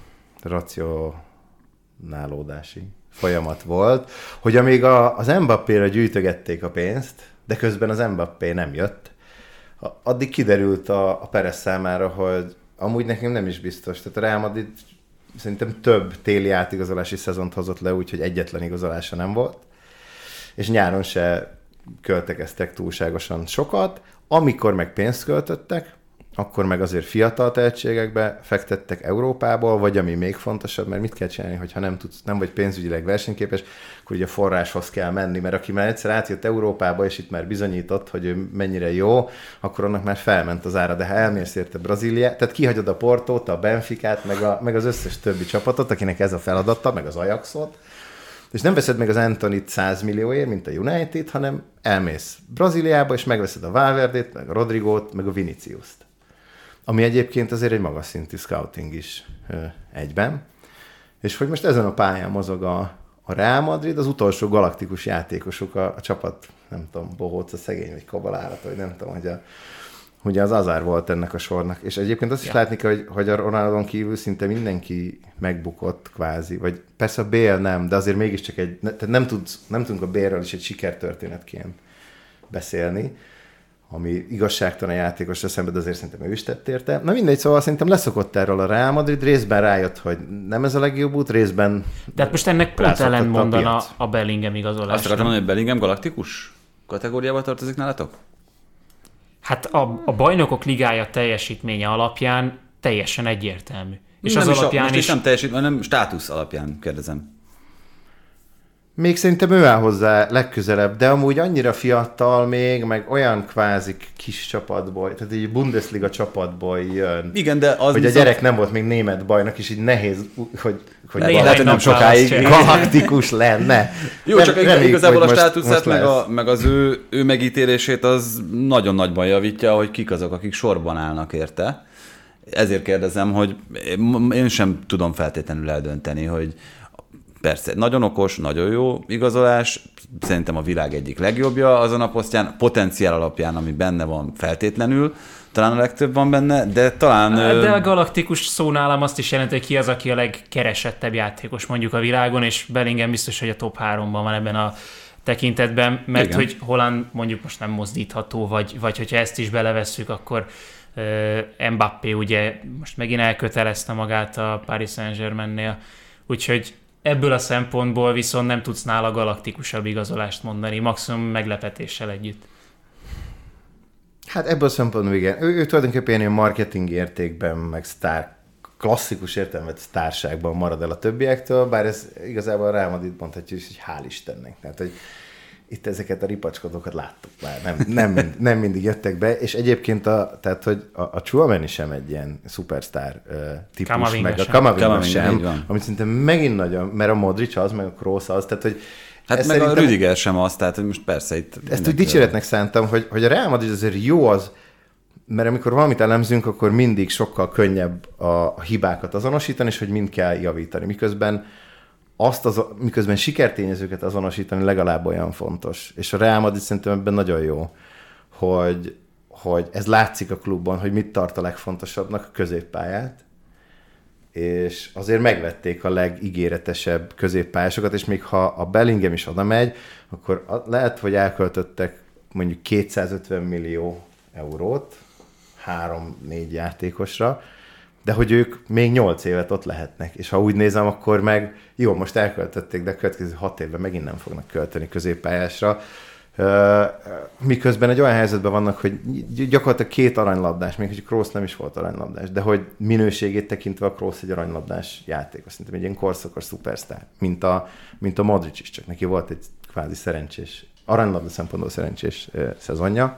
racionálódási folyamat volt, hogy amíg az Mbappéra gyűjtögették a pénzt, de közben az Mbappé nem jött, addig kiderült a Perez számára, hogy amúgy nekem nem is biztos. Tehát a Real Madrid szerintem több téli átigazolási szezont hozott le, úgyhogy egyetlen igazolása nem volt, és nyáron se költekeztek túlságosan sokat. Amikor meg pénzt költöttek, akkor meg azért fiatal tehetségekbe fektettek Európából, vagy ami még fontosabb, mert mit kell csinálni, hogyha nem vagy pénzügyileg versenyképes, akkor ugye a forráshoz kell menni, mert aki már egyszer átjött Európába, és itt már bizonyított, hogy ő mennyire jó, akkor annak már felment az ára, de ha elmész érte Brazíliát, tehát kihagyod a Portót, a Benficát, meg az összes többi csapatot, akinek ez a feladata, meg az Ajaxot, És nem veszed meg az Anthonyt 100 millióért, mint a United, hanem elmész Brazíliába, és megveszed a Valverdét, meg a Rodrigót, meg a Viniciust. Ami egyébként azért egy magas szintű scouting is egyben. És hogy most ezen a pályán mozog a Real Madrid, az utolsó galaktikus játékosok, a csapat, nem tudom, Bohóc, a szegény, vagy Kabalárat, vagy nem tudom, hogy az Azár volt ennek a sornak. És egyébként azt is látni kell, hogy a Ronaldon kívül szinte mindenki megbukott kvázi, vagy persze a Bale nem, de azért mégiscsak tehát nem tudunk a Bale-ről is egy sikertörténetként beszélni, ami igazságtalan játékosra szemben, de azért szerintem ő is tett érte. Na mindegy, szóval szerintem leszokott erről a Real Madrid, részben rájött, hogy nem ez a legjobb út, részben... De hát most ennek pont ellen mondana a Bellingham igazolás. Azt akartam mondani, hogy Bellingham galaktikus kategóriába tartozik nálatok? Hát a bajnokok ligája teljesítménye alapján teljesen egyértelmű. És nem az alapján is nem teljesítmény, hanem státusz alapján kérdezem. Még szerintem ő áll hozzá legközelebb, de amúgy annyira fiatal még, meg olyan kvázi kis csapatból, tehát egy Bundesliga csapatból jön. Igen, de az hogy viszont... a gyerek nem volt még német bajnok, és így nehéz, hogy lehet, hogy nem sokáig galaktikus lenne. Jó, csak igazából a státuszát meg az ő megítélését az nagyon nagyban javítja, hogy kik azok, akik sorban állnak érte. Ezért kérdezem, hogy én sem tudom feltétlenül eldönteni, hogy persze, nagyon okos, nagyon jó igazolás, szerintem a világ egyik legjobbja azon a posztján, potenciál alapján, ami benne van feltétlenül, talán a legtöbb van benne, de talán... De a galaktikus szó nálam azt is jelenti, hogy ki az, aki a legkeresettebb játékos mondjuk a világon, és Bellingham biztos, hogy a top 3-ban van ebben a tekintetben, mert igen. Hogy Holland mondjuk most nem mozdítható, vagy hogyha ezt is belevesszük, akkor Mbappé ugye most megint elkötelezte magát a Paris Saint-Germainnél, úgyhogy ebből a szempontból viszont nem tudsz nála galaktikusabb igazolást mondani, maximum meglepetéssel együtt. Hát ebből a szempontból igen. Ő tulajdonképpen ilyen marketing értékben, meg klasszikus értelmet sztárságban marad el a többiektől, bár ez igazából Real Madrid mondhatjuk, hogy hál' Istennek. Tehát, hogy itt ezeket a ripacskodókat láttuk már, nem mindig jöttek be, és egyébként tehát, hogy a Tchouaméni sem egy ilyen szupersztár típus, Kamavinga meg sem. a Kamavinga sem, amit szerintem megint nagyon, mert a Modric az, meg a Kroos az, tehát, hogy hát meg a Rüdiger sem az, tehát, hogy most persze itt... Ezt úgy dicséretnek szántam, hogy a Real Madrid azért jó az, mert amikor valamit elemzünk, akkor mindig sokkal könnyebb a hibákat azonosítani, és hogy mind kell javítani, miközben sikertényezőket azonosítani legalább olyan fontos. És a Real Madrid szerintem ebben nagyon jó, hogy ez látszik a klubban, hogy mit tart a legfontosabbnak, a középpályát, és azért megvették a legígéretesebb középpályásokat, és még ha a Bellingham is oda megy, akkor lehet, hogy elköltöttek mondjuk 250 millió eurót 3-4 játékosra, de hogy ők még 8 évet ott lehetnek. És ha úgy nézem, akkor meg jó, most elköltötték, de a következő 6 évben megint nem fognak költeni középpályásra. Miközben egy olyan helyzetben vannak, hogy gyakorlatilag 2 aranylabdás, még hogy Kroos nem is volt aranylabdás, de hogy minőségét tekintve a Kroos egy aranylabdás játék. Szerintem egy ilyen korszakos szupersztár, mint a Modric is, csak neki volt egy kvázi szerencsés, aranylabda szempontból szerencsés szezonja.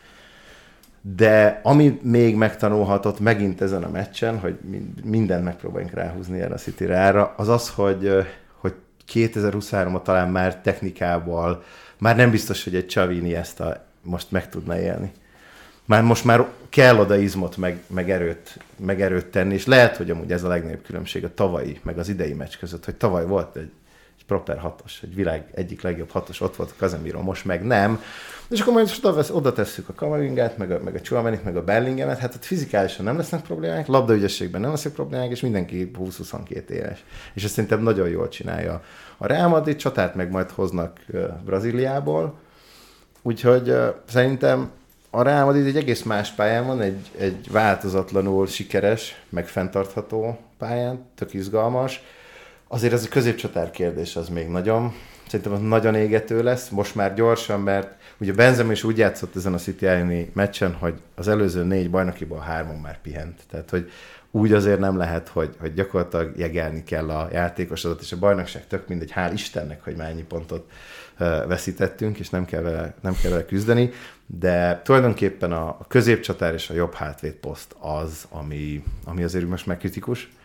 De ami még megtanulhatott megint ezen a meccsen, hogy mindent megpróbáljunk ráhúzni erre a City-re, az, hogy 2023-ban talán már technikával, már nem biztos, hogy egy Xavi ezt most meg tudna élni. Most már kell oda izmot, meg erőt tenni, és lehet, hogy amúgy ez a legnagyobb különbség a tavalyi, meg az idei meccs között, hogy tavaly volt egy proper hatos, egy világ egyik legjobb hatos, ott volt a Casemiro, most meg nem. És akkor majd oda tesszük a Kamavingát, meg a Tchouaménit, meg a Bellinghamet, hát ott fizikálisan nem lesznek problémák, labdaügyességben nem lesznek problémák, és mindenki 20-22 éves. És ezt szerintem nagyon jól csinálja. A Real Madrid csatát meg majd hoznak Brazíliából, úgyhogy szerintem a Real Madrid egy egész más pályán van, egy változatlanul sikeres, meg fenntartható pályán, tök izgalmas. Azért ez a középcsatár kérdés az még szerintem az nagyon égető lesz, most már gyorsan, mert ugye Benzema is úgy játszott ezen a City elleni meccsen, hogy az előző 4 bajnokiból 3-on már pihent. Tehát, hogy úgy azért nem lehet, hogy gyakorlatilag jegelni kell a játékosodat, és a bajnokság tök mindegy, hál' Istennek, hogy mennyi pontot veszítettünk, és nem kell vele küzdeni, de tulajdonképpen a középcsatár és a jobb hátvéd poszt az, ami azért most már kritikus.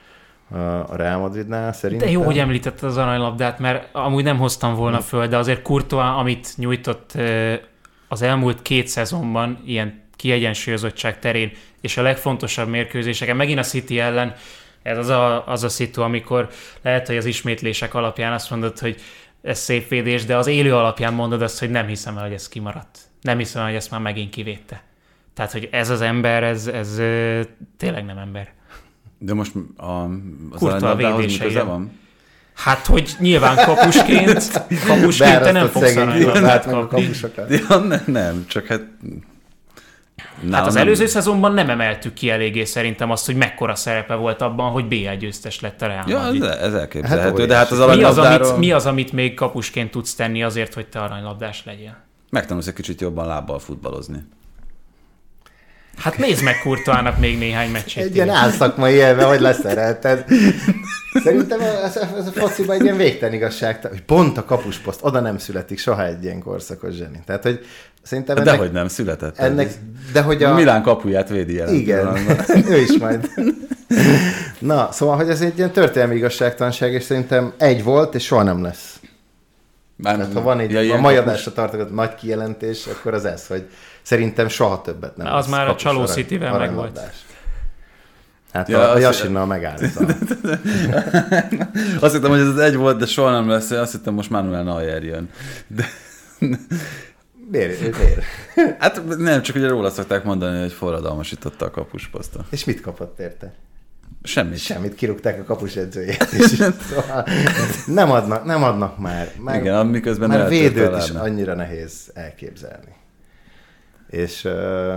a Real Madridnál szerintem. De jó, hogy említetted az aranylabdát, mert amúgy nem hoztam volna föl, de azért Courtois, amit nyújtott az elmúlt 2 szezonban, ilyen kiegyensúlyozottság terén, és a legfontosabb mérkőzéseken, megint a City ellen, ez az a szitu, amikor lehet, hogy az ismétlések alapján azt mondod, hogy ez szép védés, de az élő alapján mondod azt, hogy nem hiszem el, hogy ez kimaradt. Nem hiszem el, hogy ezt már megint kivédte. Tehát, hogy ez az ember, ez tényleg nem ember. De most az Courtois védése van? Hát, hogy nyilván kapusként te nem fogsz aranylabdát kapni. Ja, nem, csak hát... Hát az előző szezonban nem emeltük ki eléggé szerintem azt, hogy mekkora szerepe volt abban, hogy BL győztes lett a Real Madrid. Ja, ez elképzelhető, hát, de hát az aranylabdáról... Mi az, amit még kapusként tudsz tenni azért, hogy te aranylabdás legyél? Megtanulsz egy kicsit jobban lábbal futballozni. Hát nézd meg Courtoisnak még néhány meccsét. Egy ilyen álszakmai élve, hogy leszerelted. Szerintem ez a fociban egy ilyen végtelen igazság, hogy pont a kapusposzt, oda nem születik soha egy ilyen korszakos zseni. Tehát, hogy szerintem ennek... Dehogy nem született. De hogy a... Milán kapuját védi jelen. Igen, ő is majd. Na, szóval, hogy ez egy ilyen történelmi igazságtalanság, és szerintem egy volt, és soha nem lesz. Tehát, ha van egy a mai adásra tartogat nagy kijelentés, akkor az ez, hogy szerintem soha többet nem az lesz. Az már a Csaló Cityvel megvolt. Hát ja, a Jasina megállta. Azt hittem, hogy ez az egy volt, de soha nem lesz. Azt hittem, most Manuel Neuer jön. De... Miért? Hát nem, csak ugye róla szokták mondani, hogy forradalmasította a kapusposztot. És mit kapott érte? Semmit, kirúgták a kapusedzőjét is. Szóval nem adnak már. Igen, miközben már védőt is annyira nehéz elképzelni. És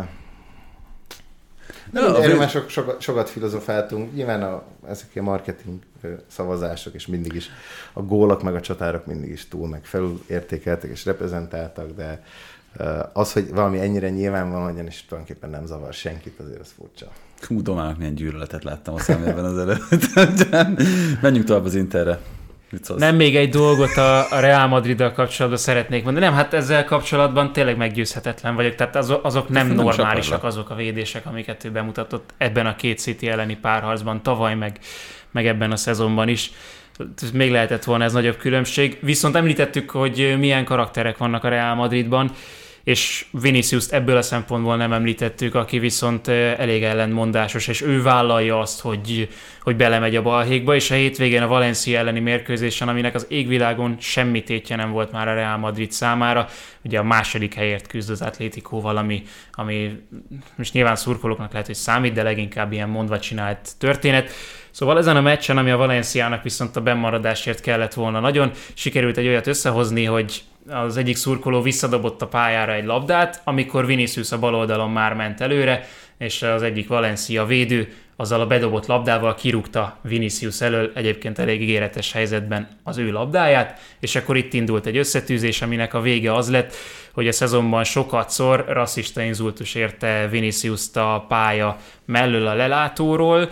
erről már sokat filozofáltunk. Nyilván ezek a marketing szavazások, és mindig is a gólok meg a csatárok mindig is túl meg felül értékeltek és reprezentáltak, de az, hogy valami ennyire nyilvánvalóan, és tulajdonképpen nem zavar senkit, azért az furcsa. Domának milyen gyűlöletet láttam a szemében az előtt. Menjünk tovább az Interre. Nem, még egy dolgot a Real Madriddal kapcsolatban szeretnék mondani. Nem, hát ezzel kapcsolatban tényleg meggyőzhetetlen vagyok. Tehát azok nem normálisak azok a védések, amiket ő bemutatott ebben a 2 City elleni párharcban, tavaly meg ebben a szezonban is. Még lehetett volna ez nagyobb különbség. Viszont említettük, hogy milyen karakterek vannak a Real Madridban, és Viniciust ebből a szempontból nem említettük, aki viszont elég ellentmondásos, és ő vállalja azt, hogy belemegy a balhékba, és a hétvégén a Valencia elleni mérkőzésen, aminek az égvilágon semmi tétje nem volt már a Real Madrid számára, ugye a második helyért küzd az Atléticóval, ami most nyilván szurkolóknak lehet, hogy számít, de leginkább ilyen mondva csinált történet. Szóval ezen a meccsen, ami a Valenciának viszont a bennmaradásért kellett volna nagyon, sikerült egy olyat összehozni, hogy az egyik szurkoló visszadobott a pályára egy labdát, amikor Vinicius a bal oldalon már ment előre, és az egyik Valencia védő azzal a bedobott labdával kirúgta Vinicius elől, egyébként elég ígéretes helyzetben az ő labdáját, és akkor itt indult egy összetűzés, aminek a vége az lett, hogy a szezonban sokatszor rasszista inzultus érte Viniciust a pálya mellől a lelátóról,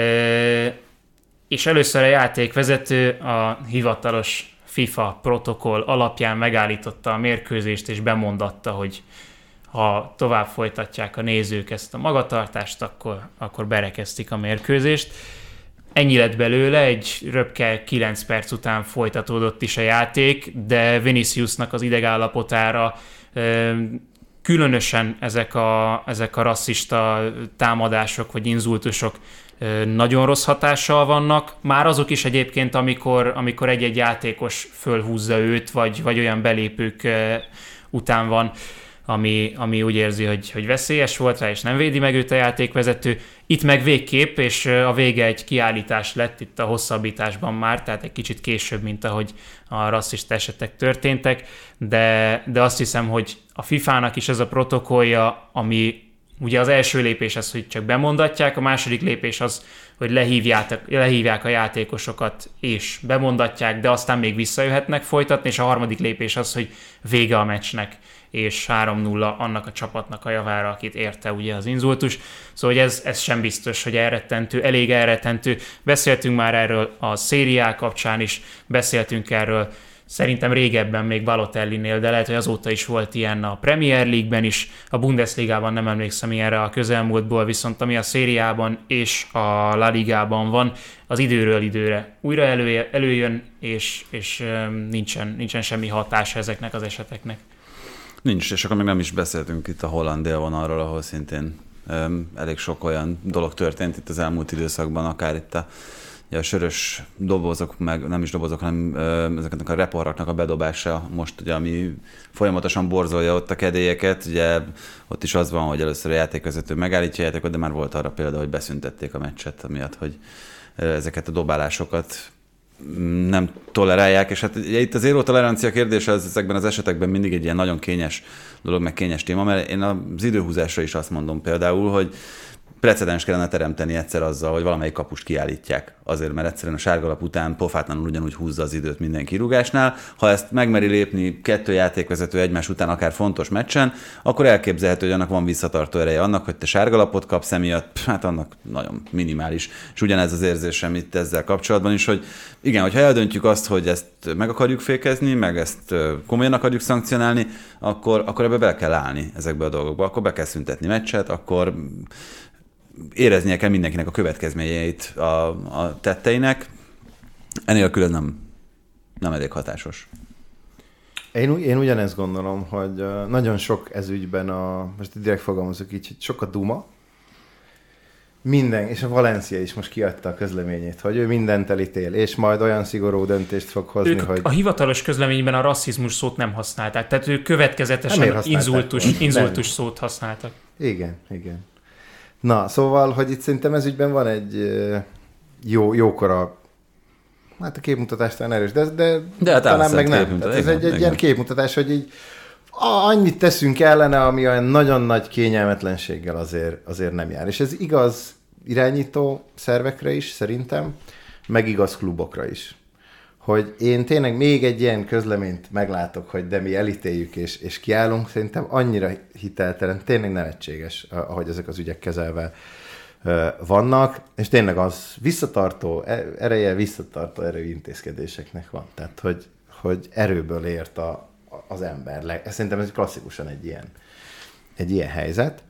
és először a játékvezető a hivatalos FIFA protokoll alapján megállította a mérkőzést, és bemondatta, hogy ha tovább folytatják a nézők ezt a magatartást, akkor berekeztik a mérkőzést. Ennyi lett belőle, egy röpke 9 perc után folytatódott is a játék, de Viniciusnak az idegállapotára különösen ezek a rasszista támadások vagy inzultusok nagyon rossz hatással vannak. Már azok is egyébként, amikor egy-egy játékos fölhúzza őt, vagy olyan belépők után van, ami úgy érzi, hogy veszélyes volt rá, és nem védi meg őt a játékvezető. Itt meg végképp, és a vége egy kiállítás lett itt a hosszabbításban már, tehát egy kicsit később, mint ahogy a rasszista esetek történtek, de azt hiszem, hogy a FIFA-nak is ez a protokollja, ami ugye az első lépés az, hogy csak bemondatják, a második lépés az, hogy lehívják a játékosokat és bemondatják, de aztán még visszajöhetnek folytatni, és a harmadik lépés az, hogy vége a meccsnek, és 3-0 annak a csapatnak a javára, akit érte ugye az inzultus. Szóval hogy ez sem biztos, hogy elrettentő, elég elrettentő. Beszéltünk már erről a szériák kapcsán is, beszéltünk erről Szerintem régebben még Balotellinél, de lehet, hogy azóta is volt ilyen a Premier League-ben is, a Bundesligában nem emlékszem ilyenre a közelmúltból, viszont ami a Szériában és a La Ligában van, az időről időre újra előjön, és nincsen semmi hatása ezeknek az eseteknek. Nincs, és akkor még nem is beszéltünk itt a holland délvonalról, ahol szintén elég sok olyan dolog történt itt az elmúlt időszakban, akár itt a sörös dobozok, meg nem is dobozok, hanem ezeknek a reporraknak a bedobása most, ugye, ami folyamatosan borzolja ott a kedélyeket. Ugye ott is az van, hogy először a játékvezető megállítja a játékot, de már volt arra példa, hogy beszüntették a meccset, amiatt, hogy ezeket a dobálásokat nem tolerálják, és hát itt az zéró tolerancia kérdése az ezekben az esetekben mindig egy ilyen nagyon kényes dolog, meg kényes téma, mert én az időhúzásra is azt mondom például, hogy precedens kellene teremteni egyszer azzal, hogy valamelyik kapust kiállítják. Azért, mert egyszerűen a sárgalap után pofátlanul ugyanúgy húzza az időt minden kirúgásnál. Ha ezt megmeri lépni 2 játékvezető egymás után akár fontos meccsen, akkor elképzelhető, hogy annak van visszatartó ereje annak, hogy te sárgalapot kapsz emiatt, hát annak nagyon minimális. És ugyanez az érzésem itt ezzel kapcsolatban is, hogy igen, hogyha eldöntjük azt, hogy ezt meg akarjuk fékezni, meg ezt komolyan akarjuk szankcionálni, akkor ebbe be kell állni ezekbe a dolgokba, akkor be kell szüntetni meccset, akkor éreznie kell mindenkinek a következményeit a tetteinek. Enélkül nem elég hatásos. Én ugyanezt gondolom, hogy nagyon sok ez ügyben, most direkt fogalmazok így, hogy sok a duma. És a Valencia is most kiadta a közleményét, hogy ő mindent elítél, és majd olyan szigorú döntést fog hozni, ők hogy... A hivatalos közleményben a rasszizmus szót nem használták, tehát ők következetesen inzultus szót használtak. Igen. Na, szóval, hogy itt szerintem ez ügyben van egy jókora, hát a képmutatás talán erős, de talán meg nem. Ez egy ilyen képmutatás, hogy így annyit teszünk ellene, ami olyan nagyon nagy kényelmetlenséggel azért nem jár. És ez igaz irányító szervekre is, szerintem, meg igaz klubokra is. Hogy én tényleg még egy ilyen közleményt meglátok, hogy de mi elítéljük és kiállunk, szerintem annyira hiteltelen, tényleg nevetséges, ahogy ezek az ügyek kezelve vannak, és tényleg az visszatartó erő intézkedéseknek van. Tehát, hogy erőből ért az ember. Szerintem ez klasszikusan egy ilyen helyzet.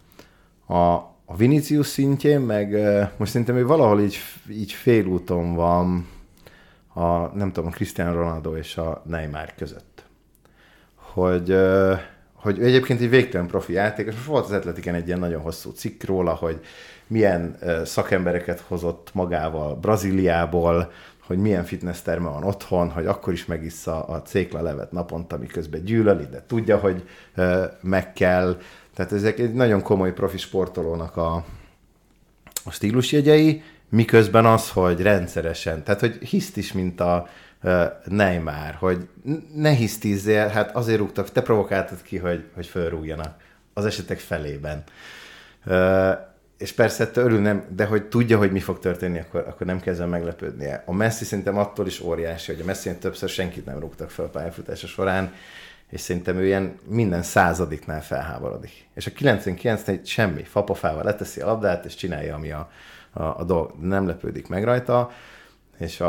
A Vinicius szintjén, meg most szerintem ő valahol így félúton van nem tudom, a Cristiano Ronaldo és a Neymar között. Hogy egyébként egy végtelen profi játékos. Most volt az Atletiken egy ilyen nagyon hosszú cikk róla, hogy milyen szakembereket hozott magával Brazíliából, hogy milyen fitnessterme van otthon, hogy akkor is megissza a céklalevet naponta, miközben gyűlöli, de tudja, hogy meg kell. Tehát ezek egy nagyon komoly profi sportolónak a stílusjegyei, miközben az, hogy rendszeresen, tehát hogy hiszt is, mint a Neymar, hogy ne hisztízzél, hát azért rúgtak, te provokáltad ki, hogy fölrúgjanak az esetek felében. És persze örül nem, de hogy tudja, hogy mi fog történni, akkor nem kezd el meglepődnie. A Messi szerintem attól is óriási, hogy a Messi többször senkit nem rúgtak fel pályafutása során, és szerintem ő ilyen minden 100-adiknál felháborodik. És a 99-nél semmi, fapafával leteszi a labdát, és csinálja, ami a dolg, nem lepődik meg rajta, és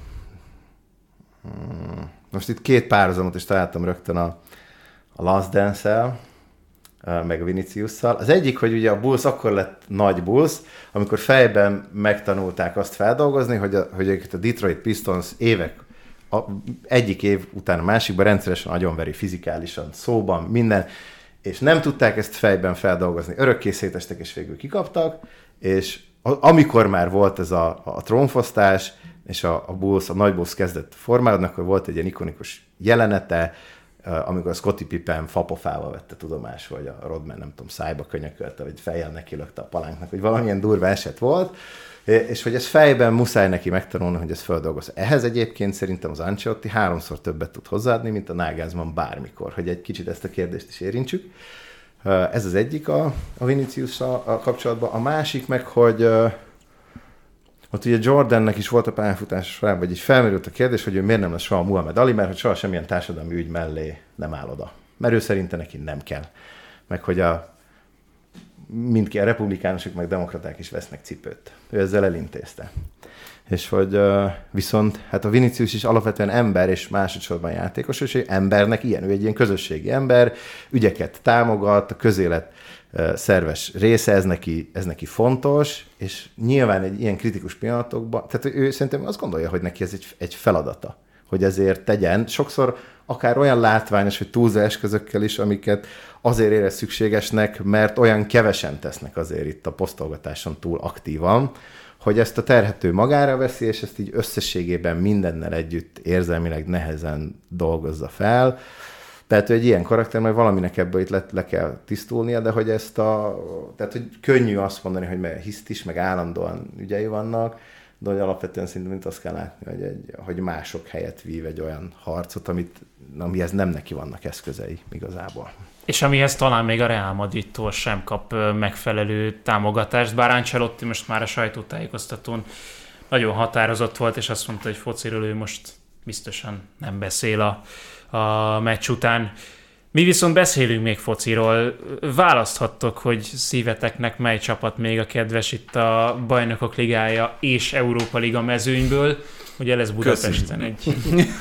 most itt 2 párhuzamot is találtam rögtön a Last Dance-el, meg a Viniciusszal. Az egyik, hogy ugye a Bulls akkor lett nagy Bulls, amikor fejben megtanulták azt feldolgozni, hogy a Detroit Pistons egyik év után a másikban rendszeresen agyonveri fizikálisan, szóban, minden, és nem tudták ezt fejben feldolgozni. Örökké szétestek, és végül kikaptak, és amikor már volt ez a trónfosztás, és a nagy Bulls kezdett formálódni, akkor volt egy ilyen ikonikus jelenete, amikor a Scottie Pippen fapofával vette tudomásul, hogy a Rodman, nem tudom, szájba könyökölte, vagy fejjel nekilökte a palánknak, hogy valamilyen durva eset volt, és hogy ez fejben muszáj neki megtanulni, hogy ez földolgoz. Ehhez egyébként szerintem az Ancelotti 3-szor többet tud hozzáadni, mint a Nagelsmann bármikor, hogy egy kicsit ezt a kérdést is érintsük. Ez az egyik a Viniciussal kapcsolatban. A másik meg, hogy ott ugye Jordannek is volt a pályafutása során, vagy így felmerült a kérdés, hogy ő miért nem lesz soha Muhammad Ali, mert hogy soha semmilyen társadalmi ügy mellé nem áll oda. Mert ő szerinte neki nem kell. Meg hogy mindki a republikánusok meg demokraták is vesznek cipőt. Ő ezzel elintézte. És hogy viszont hát a Vinicius is alapvetően ember, és másodszorban játékos, és egy embernek ilyen, ő egy ilyen közösségi ember, ügyeket támogat, a közélet szerves része, ez neki fontos, és nyilván egy ilyen kritikus pillanatokban, tehát ő szerintem azt gondolja, hogy neki ez egy feladata, hogy ezért tegyen. Sokszor akár olyan látványos, vagy túlzó eszközökkel is, amiket azért érez szükségesnek, mert olyan kevesen tesznek azért itt a posztolgatáson túl aktívan, hogy ezt a terhet ő magára veszi, és ezt így összességében mindennel együtt érzelmileg nehezen dolgozza fel. Tehát ő egy ilyen karakter, majd valaminek ebből itt le kell tisztulnia, de hogy tehát hogy könnyű azt mondani, hogy hiszt is, meg állandóan ügyei vannak, de hogy alapvetően szerintem azt kell látni, hogy mások helyett vív egy olyan harcot, amihez nem neki vannak eszközei igazából. És amihez talán még a Real Madridtól sem kap megfelelő támogatást, bár Ancelotti most már a sajtótájékoztatón nagyon határozott volt, és azt mondta, hogy fociról ő most biztosan nem beszél a meccs után. Mi viszont beszélünk még fociról. Választhattok, hogy szíveteknek mely csapat még a kedves itt a Bajnokok Ligája és Európa Liga mezőnyből. Ugye lesz Budapesten egy...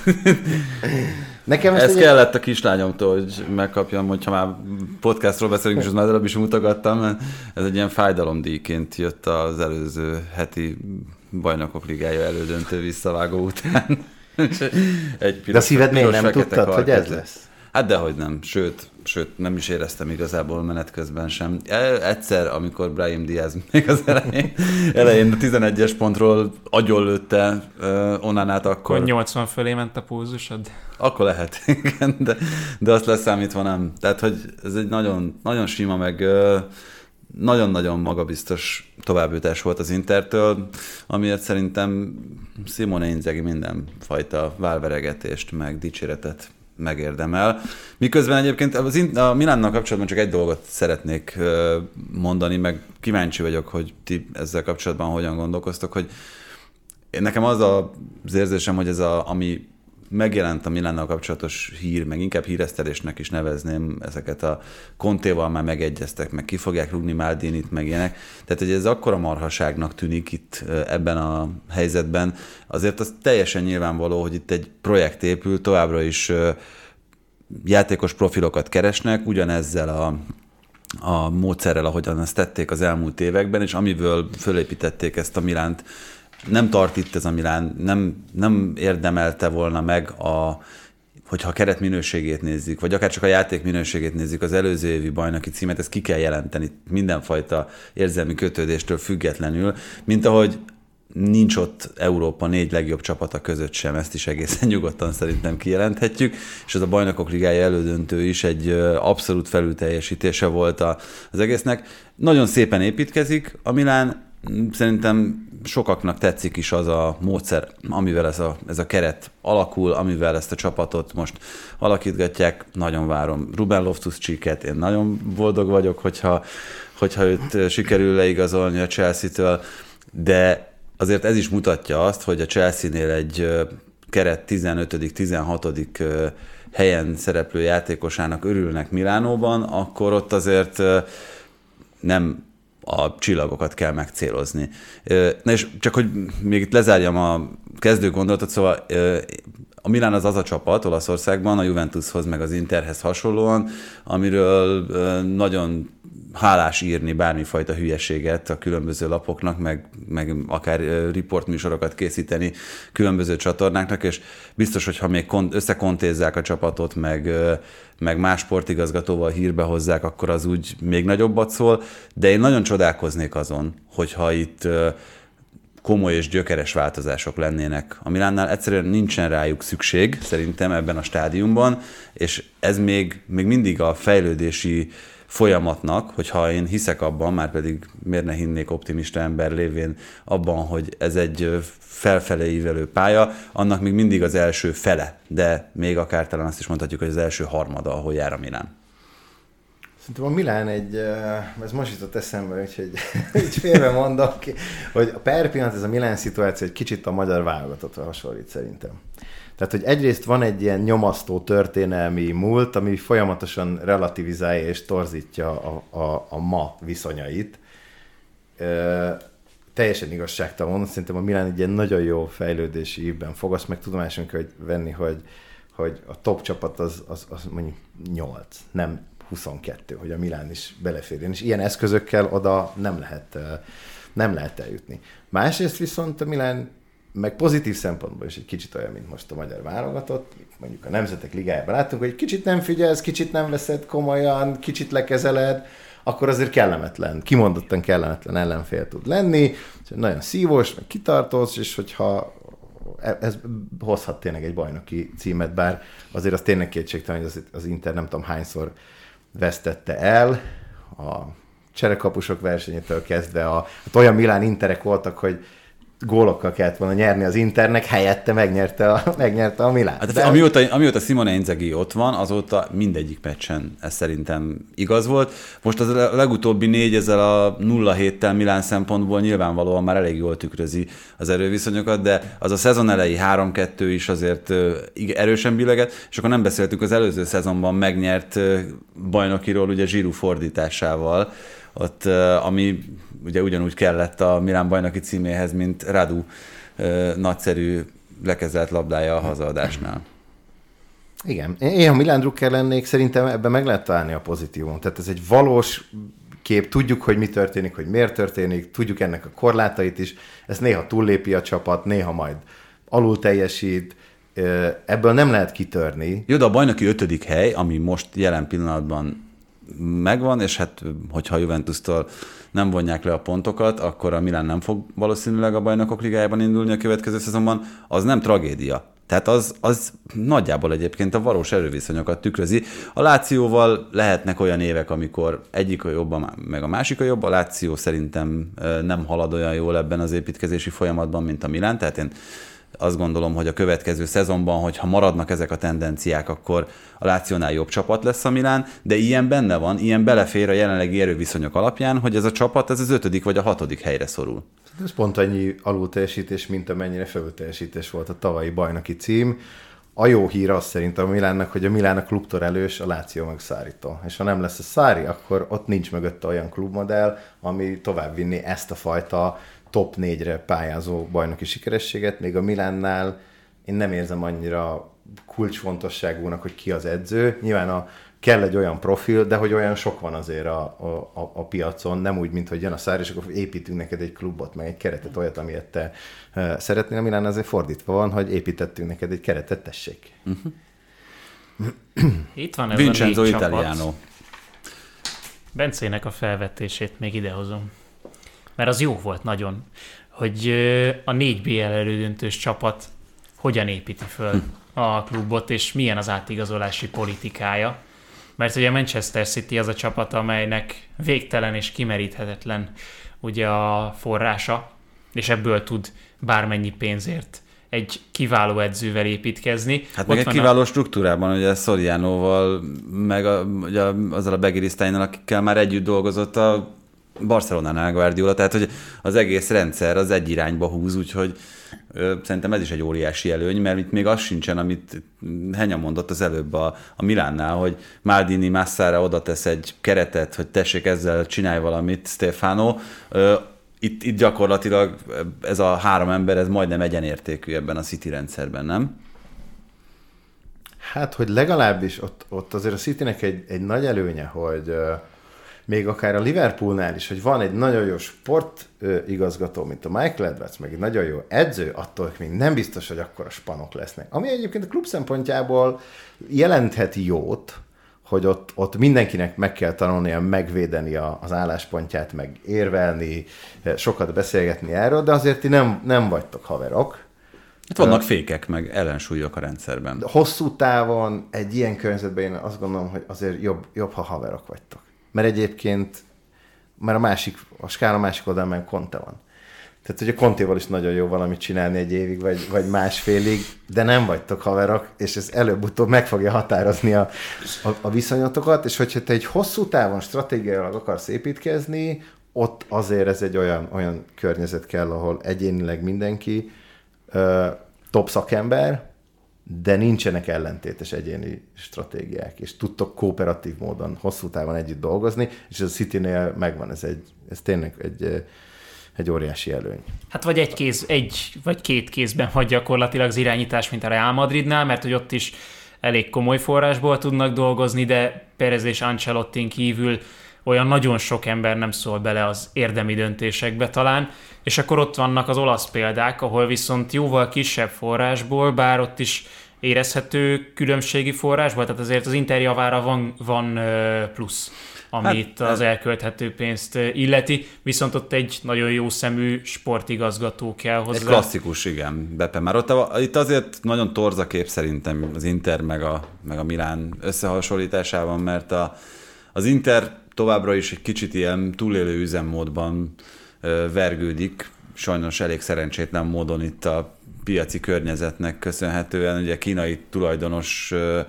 Nekem ez kellett a kislányomtól, hogy megkapjam, hogyha már podcastról beszélünk, és az már előbb is mutogattam, mert ez egy ilyen fájdalomdíjként jött az előző heti Bajnokok Ligája elődöntő visszavágó után. De a szíved miért nem tudtad, hogy ez lesz? Hát dehogy nem, sőt, nem is éreztem igazából menet közben sem. Egyszer, amikor Brahim Diaz még az elején a 11-es pontról agyonlőtte Onanát, akkor 80 fölé ment a pulzusod? Akkor lehet, igen, de azt leszámítva nem. Tehát, hogy ez egy nagyon, nagyon sima, meg nagyon-nagyon magabiztos továbbjutás volt az Intertől, amiért szerintem Simone Inzaghi mindenfajta válveregetést, meg dicséretet megérdemel. Miközben egyébként a Milánnal kapcsolatban csak egy dolgot szeretnék mondani, meg kíváncsi vagyok, hogy ti ezzel kapcsolatban hogyan gondolkoztok, hogy nekem az az érzésem, hogy ez ami megjelent a Milánnal kapcsolatos hír, meg inkább híresztelésnek is nevezném, ezeket a Contéval már megegyeztek, meg ki fogják rúgni Maldinit, meg ilyenek. Tehát, hogy ez akkora marhaságnak tűnik itt ebben a helyzetben, azért az teljesen nyilvánvaló, hogy itt egy projekt épül, továbbra is játékos profilokat keresnek, ugyanezzel a módszerrel, ahogyan ezt tették az elmúlt években, és amiből fölépítették ezt a Milánt. Nem tart itt ez a Milán, nem érdemelte volna meg, hogyha a keret minőségét nézzük, vagy akár csak a játék minőségét nézzük, az előző évi bajnoki címet, ezt ki kell jelenteni mindenfajta érzelmi kötődéstől függetlenül, mint ahogy nincs ott Európa 4 legjobb csapata között sem, ezt is egészen nyugodtan szerintem kijelenthetjük, és ez a Bajnokok Ligája elődöntő is egy abszolút felülteljesítése volt az egésznek. Nagyon szépen építkezik a Milán, szerintem sokaknak tetszik is az a módszer, amivel ez a keret alakul, amivel ezt a csapatot most alakítgatják. Nagyon várom Ruben Loftus-Cheeket, én nagyon boldog vagyok, hogyha őt sikerül leigazolni a Chelsea-től, de azért ez is mutatja azt, hogy a Chelsea-nél egy keret 15.-16. helyen szereplő játékosának örülnek Milánóban, akkor ott azért nem a csillagokat kell megcélozni. Na és csak, hogy még itt lezárjam a kezdő gondolatot, szóval a Milán az a csapat Olaszországban, a Juventushoz meg az Interhez hasonlóan, amiről nagyon hálás írni bármifajta hülyeséget a különböző lapoknak, meg akár riportműsorokat készíteni különböző csatornáknak, és biztos, hogyha még összekontézzák a csapatot, meg más sportigazgatóval hírbe hozzák, akkor az úgy még nagyobbat szól, de én nagyon csodálkoznék azon, hogyha itt komoly és gyökeres változások lennének a Milánnál. Egyszerűen nincsen rájuk szükség, szerintem ebben a stádiumban, és ez még mindig a fejlődési folyamatnak, hogyha én hiszek abban, már pedig miért ne hinnék optimista ember lévén abban, hogy ez egy felfelé ívelő pálya, annak még mindig az első fele, de még akár talán azt is mondhatjuk, hogy az első harmada, ahol jár a Milán. Szerintem a Milán ez most jutott eszembe, úgyhogy így félre mondok, hogy per pillanat ez a Milán szituáció egy kicsit a magyar válogatottra hasonlít szerintem. Tehát, hogy egyrészt van egy ilyen nyomasztó történelmi múlt, ami folyamatosan relativizálja és torzítja a ma viszonyait. Teljesen igazságtalan. Szerintem a Milán egy ilyen nagyon jó fejlődési évben fog, azt meg tudomásunk hogy venni, hogy a top csapat az mondjuk 8, nem 22, hogy a Milán is beleférjen. És ilyen eszközökkel oda nem lehet eljutni. Másrészt viszont a Milán meg pozitív szempontból is egy kicsit olyan, mint most a magyar válogatott, mondjuk a Nemzetek Ligájában láttunk, hogy kicsit nem figyelsz, kicsit nem veszed komolyan, kicsit lekezeled, akkor azért kellemetlen, kimondottan kellemetlen ellenfél tud lenni, nagyon szívós, meg kitartós, és hogyha ez hozhat tényleg egy bajnoki címet, bár azért az tényleg kétségtelen, hogy az Inter nem tudom hányszor vesztette el, a cserekapusok versenyétől kezdve hát olyan Milán Interek voltak, hogy gólokkal kellett volna nyerni az Internek, helyette megnyerte a Milán. Hát amióta Simone Inzaghi ott van, azóta mindegyik meccsen ez szerintem igaz volt. Most az a legutóbbi 4 ezzel a 0-7-tel Milán szempontból nyilvánvalóan már elég jól tükrözi az erőviszonyokat, de az a szezon elejé 3-2 is azért erősen billegett, és akkor nem beszéltünk az előző szezonban megnyert bajnokiról, ugye Giroud fordításával, ott, ami ugye ugyanúgy kellett a Milán bajnoki címéhez, mint Radu nagyszerű lekezelt labdája a hazaadásnál. Igen. Én, ha Milán drukker lennék, szerintem ebben meg lehet találni a pozitívum. Tehát ez egy valós kép, tudjuk, hogy mi történik, hogy miért történik, tudjuk ennek a korlátait is, ezt néha túllépi a csapat, néha majd alul teljesít, ebből nem lehet kitörni. Jó, de a bajnoki 5. hely, ami most jelen pillanatban megvan, és hát hogyha a Juventustól nem vonják le a pontokat, akkor a Milán nem fog valószínűleg a Bajnokok Ligájában indulni a következő szezonban, az nem tragédia. Tehát az nagyjából egyébként a valós erőviszonyokat tükrözi. A Lációval lehetnek olyan évek, amikor egyik a jobb, meg a másik a jobb. A Láció szerintem nem halad olyan jól ebben az építkezési folyamatban, mint a Milán, tehát én azt gondolom, hogy a következő szezonban, hogyha maradnak ezek a tendenciák, akkor a Lációnál jobb csapat lesz a Milán, de ilyen benne van, ilyen belefér a jelenlegi erőviszonyok alapján, hogy ez a csapat ez az 5. vagy a 6. helyre szorul. Ez pont annyi alulteljesítés, mint amennyire fölteljesítés volt a tavalyi bajnoki cím. A jó hír az szerintem a Milánnak, hogy a Milán a klubtorelős, a Láció meg Sarritól. És ha nem lesz a Sarri, akkor ott nincs mögötte olyan klubmodell, ami továbbvinni ezt a fajta top 4-re pályázó bajnoki sikerességet, még a Milánnál én nem érzem annyira kulcsfontosságúnak, hogy ki az edző. Nyilván kell egy olyan profil, de hogy olyan sok van azért a piacon, nem úgy, mint hogy jön a Sarri, és akkor építünk neked egy klubot, meg egy keretet, olyat, amilyet te szeretnél. A Milán azért fordítva van, hogy építettünk neked egy keretet, tessék. Itt van ez Vincenzo a 4 Italiano. csapat. Bencének a felvetését még idehozom. Mert az jó volt nagyon, hogy a 4 BL elődöntős csapat hogyan építi föl a klubot, és milyen az átigazolási politikája. Mert ugye a Manchester City az a csapat, amelynek végtelen és kimeríthetetlen ugye a forrása, és ebből tud bármennyi pénzért egy kiváló edzővel építkezni. Hát meg egy kiváló struktúrában, ugye Sorianoval, meg azzal a Begirisztájnnal, akikkel már együtt dolgozott a Barcelonánál Guardiola, tehát hogy az egész rendszer az egy irányba húz, úgyhogy szerintem ez is egy óriási előny, mert itt még az sincsen, amit Henya mondott az előbb a Milánnál, hogy Maldini Massára oda tesz egy keretet, hogy tessék ezzel csinálj valamit, Stefano. Itt gyakorlatilag ez a 3 ember, ez majdnem egyenértékű ebben a City rendszerben, nem? Hát, hogy legalábbis ott azért a Citynek egy nagy előnye, hogy még akár a Liverpoolnál is, hogy van egy nagyon jó sportigazgató, mint a Michael Edwards, meg egy nagyon jó edző, attól még nem biztos, hogy akkor a spanok lesznek. Ami egyébként a klub szempontjából jelentheti jót, hogy ott mindenkinek meg kell tanulnia megvédeni az álláspontját, meg érvelni, sokat beszélgetni erről, de azért ti nem vagytok haverok. Hát vannak fékek, meg ellensúlyok a rendszerben. De hosszú távon egy ilyen környezetben én azt gondolom, hogy azért jobb ha haverok vagytok. Mert egyébként már a skála másik oldalán Conte van. Tehát ugye Contéval is nagyon jó valamit csinálni egy évig, vagy másfélig, de nem vagytok haverok, és ez előbb-utóbb meg fogja határozni a viszonyotokat, és hogyha te egy hosszú távon stratégiailag akarsz építkezni, ott azért ez egy olyan környezet kell, ahol egyénileg mindenki top szakember, de nincsenek ellentétes egyéni stratégiák, és tudtok kooperatív módon hosszú távon együtt dolgozni, és ez a Citynél megvan, ez tényleg egy óriási előny. Hát vagy egy vagy két kézben vagy gyakorlatilag az irányítás, mint a Real Madridnál, mert hogy ott is elég komoly forrásból tudnak dolgozni, de Perez és Ancelottin kívül olyan nagyon sok ember nem szól bele az érdemi döntésekbe talán, és akkor ott vannak az olasz példák, ahol viszont jóval kisebb forrásból, bár ott is érezhető különbségi forrásból, tehát azért az Inter javára van plusz, amit az elkölthető pénzt illeti, viszont ott egy nagyon jó szemű sportigazgató kell hozzá. Egy klasszikus, igen, Beppe. Már itt azért nagyon torz a kép szerintem az Inter meg a Milán összehasonlításában, mert az Inter továbbra is egy kicsit ilyen túlélő üzemmódban vergődik, sajnos elég szerencsétlen módon itt a piaci környezetnek köszönhetően, ugye kínai tulajdonosnál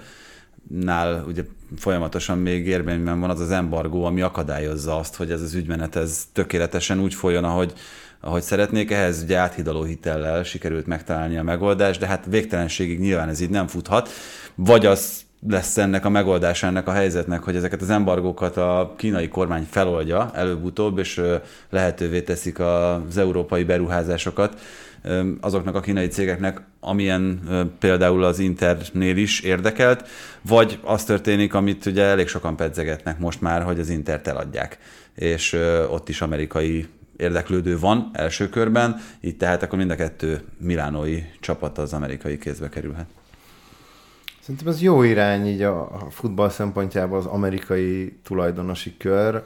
ugye folyamatosan még érvényben van az az embargó, ami akadályozza azt, hogy ez az ügymenet ez tökéletesen úgy folyjon, ahogy szeretnék. Ehhez ugye áthidaló hitellel sikerült megtalálni a megoldást, de hát végtelenségig nyilván ez így nem futhat. Vagy az lesz ennek a megoldása ennek a helyzetnek, hogy ezeket az embargókat a kínai kormány feloldja előbb-utóbb, és lehetővé teszik az európai beruházásokat azoknak a kínai cégeknek, amilyen például az Internél is érdekelt, vagy az történik, amit ugye elég sokan pedzegetnek most már, hogy az Intert eladják, és ott is amerikai érdeklődő van első körben, így tehát akkor mind a kettő milánói csapat az amerikai kézbe kerülhet. Szerintem ez jó irány így a futball szempontjából az amerikai tulajdonosi kör.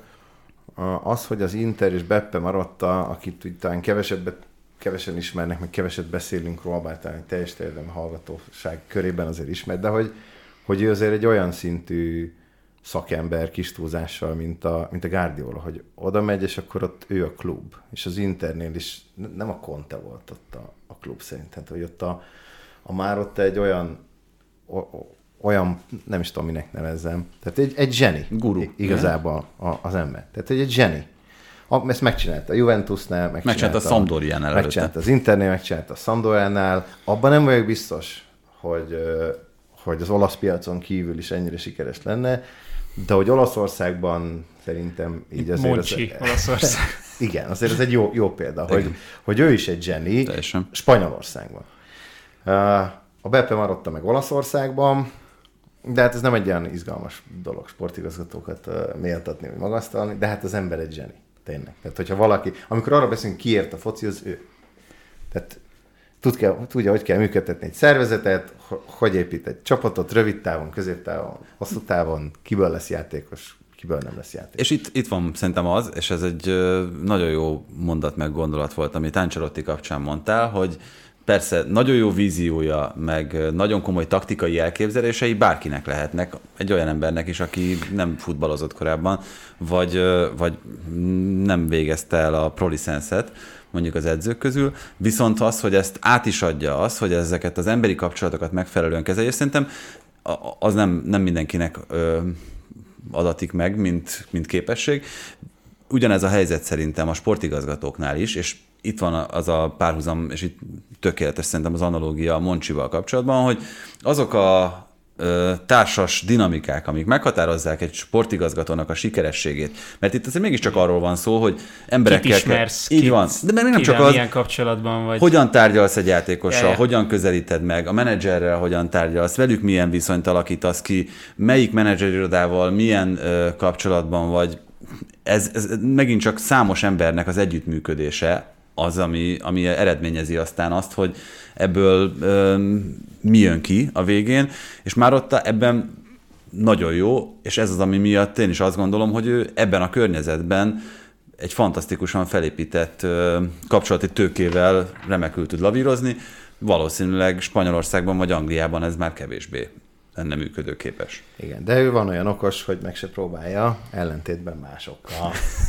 Az, hogy az Inter és Beppe Marotta, akit talán kevesen ismernek, meg keveset beszélünk róla, bár talán teljes terjedelmi hallgatóság körében azért ismer, de hogy ő azért egy olyan szintű szakember kis túlzással, mint a Guardiola, hogy oda megy, és akkor ott ő a klub. És az Internél is nem a Conte volt ott a klub szerint, tehát hogy ott a Marotta egy olyan, nem is tudom, minek nevezzem. Tehát egy zseni. Guru. Igazából az ember. Tehát egy zseni. Ezt megcsinálta a Juventusnál, megcsinálta a Sampdoriánál előtte. Megcsinálta az Internél, megcsinálta a Sampdoriánál. Abban nem vagyok biztos, hogy az olasz piacon kívül is ennyire sikeres lenne, de hogy Olaszországban szerintem így azért... Moncsi, Olaszország. Igen, azért ez egy jó példa, hogy ő is egy zseni. Teljesen. Spanyolországban. A Beppe Marotta meg Olaszországban, de hát ez nem egy olyan izgalmas dolog sportigazgatókat méltatni, vagy magasztalni, de hát az ember egy zseni, tényleg. Tehát, hogyha valaki, amikor arra beszélünk, ki ért a foci, az ő. Tehát tudja, hogy kell működtetni egy szervezetet, hogy épít egy csapatot, rövid távon, középtávon, hosszú távon, kiből lesz játékos, kiből nem lesz játékos. És itt van szerintem az, és ez egy nagyon jó mondat meg gondolat volt, amit Ancelotti kapcsán mondtál, hogy persze nagyon jó víziója, meg nagyon komoly taktikai elképzelései bárkinek lehetnek, egy olyan embernek is, aki nem futballozott korábban, vagy nem végezte el a prolicenszet, mondjuk az edzők közül, viszont az, hogy ezt át is adja, az, hogy ezeket az emberi kapcsolatokat megfelelően kezelje, és szerintem az nem mindenkinek adatik meg, mint képesség. Ugyanez a helyzet szerintem a sportigazgatóknál is, és itt van az a párhuzam, és itt tökéletes szerintem az analógia a Moncsival kapcsolatban, hogy azok a társas dinamikák, amik meghatározzák egy sportigazgatónak a sikerességét. Mert itt azért mégiscsak arról van szó, hogy emberekkel... Kit ismersz, így van. De még nem csak az, milyen kapcsolatban vagy. Hogyan tárgyalsz egy játékossal, hogyan közelíted meg, a menedzserrel hogyan tárgyalsz, velük milyen viszonyt alakítasz ki, melyik menedzserirodával milyen kapcsolatban vagy. Ez megint csak számos embernek az együttműködése az, ami eredményezi aztán azt, hogy ebből mi jön ki a végén, és már ott ebben nagyon jó, és ez az, ami miatt én is azt gondolom, hogy ő ebben a környezetben egy fantasztikusan felépített kapcsolati tőkével remekül tud lavírozni, valószínűleg Spanyolországban vagy Angliában ez már kevésbé lenne működőképes. Igen, de ő van olyan okos, hogy meg se próbálja, ellentétben másokkal,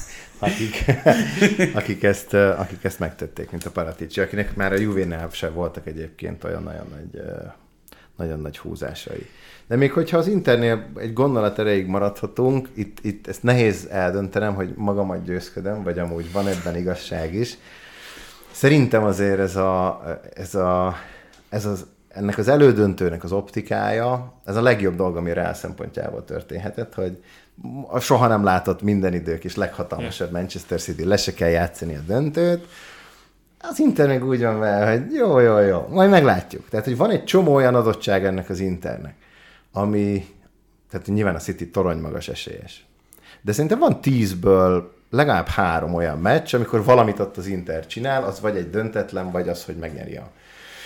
akik ezt megtették, mint a Paratici, akinek már a Juvénál se voltak egyébként olyan nagyon nagy húzásai. De még hogyha az Internél egy gondolat erejéig maradhatunk, itt ezt nehéz eldöntenem, hogy magamat győzködöm, vagy amúgy van ebben igazság is. Szerintem azért ez ennek az elődöntőnek az optikája, ez a legjobb dolog, ami a Real szempontjából történhetett, hogy a soha nem látott minden idők és leghatalmasabb Manchester City, le se kell játszani a döntőt. Az Inter meg úgy van vele, hogy jó, majd meglátjuk. Tehát, hogy van egy csomó olyan adottság ennek az Internek, ami, tehát nyilván a City torony magas esélyes. De szerintem van 10-ből legalább 3 olyan meccs, amikor valamit ott az Inter csinál, az vagy egy döntetlen, vagy az, hogy megnyeri a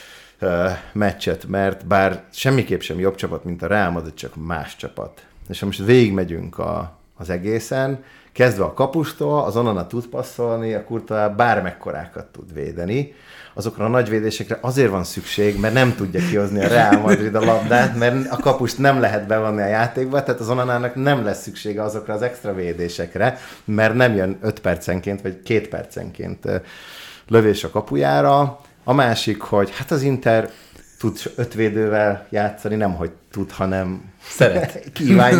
meccset, mert bár semmiképp sem jobb csapat, mint a Real Madrid, csak más csapat. És ha most végigmegyünk az egészen, kezdve a kapustól, az Onana tud passzolni, a Courtois bármekkorákat tud védeni. Azokra a nagy védésekre azért van szükség, mert nem tudja kihozni a Real Madrid a labdát, mert a kapust nem lehet bevonni a játékba, tehát az Onanának nem lesz szüksége azokra az extra védésekre, mert nem jön 5 percenként, vagy 2 percenként lövés a kapujára. A másik, hogy hát az Inter tud 5 védővel játszani, nem hogy tud, hanem szeret.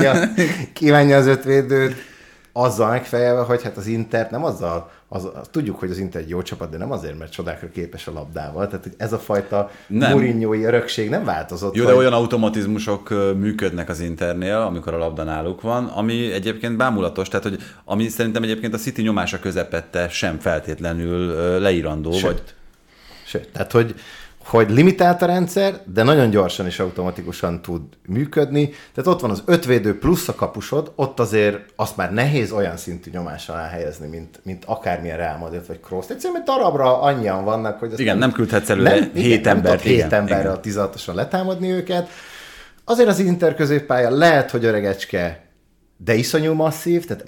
kívánja az 5 védőt, azzal megfejelve, hogy hát az Inter nem azzal, tudjuk, hogy az Inter egy jó csapat, de nem azért, mert csodákra képes a labdával. Tehát hogy ez a fajta Mourinho-i örökség nem változott. Jó, de olyan automatizmusok működnek az Internél, amikor a labda náluk van, ami egyébként bámulatos, tehát hogy ami szerintem egyébként a City nyomása közepette sem feltétlenül leírandó. Sőt, tehát hogy limitált a rendszer, de nagyon gyorsan és automatikusan tud működni. Tehát ott van az 5 védő plusz a kapusod, ott azért azt már nehéz olyan szintű nyomás alá helyezni, mint akármilyen Real Madrid vagy Kroos. Egyszerűen, mert darabra annyian vannak, hogy... Igen, nem küldhetsz előre 7 embert. 7 emberrel 16-osan letámadni őket. Azért az Inter középpálya lehet, hogy öregecske, de iszonyú masszív, tehát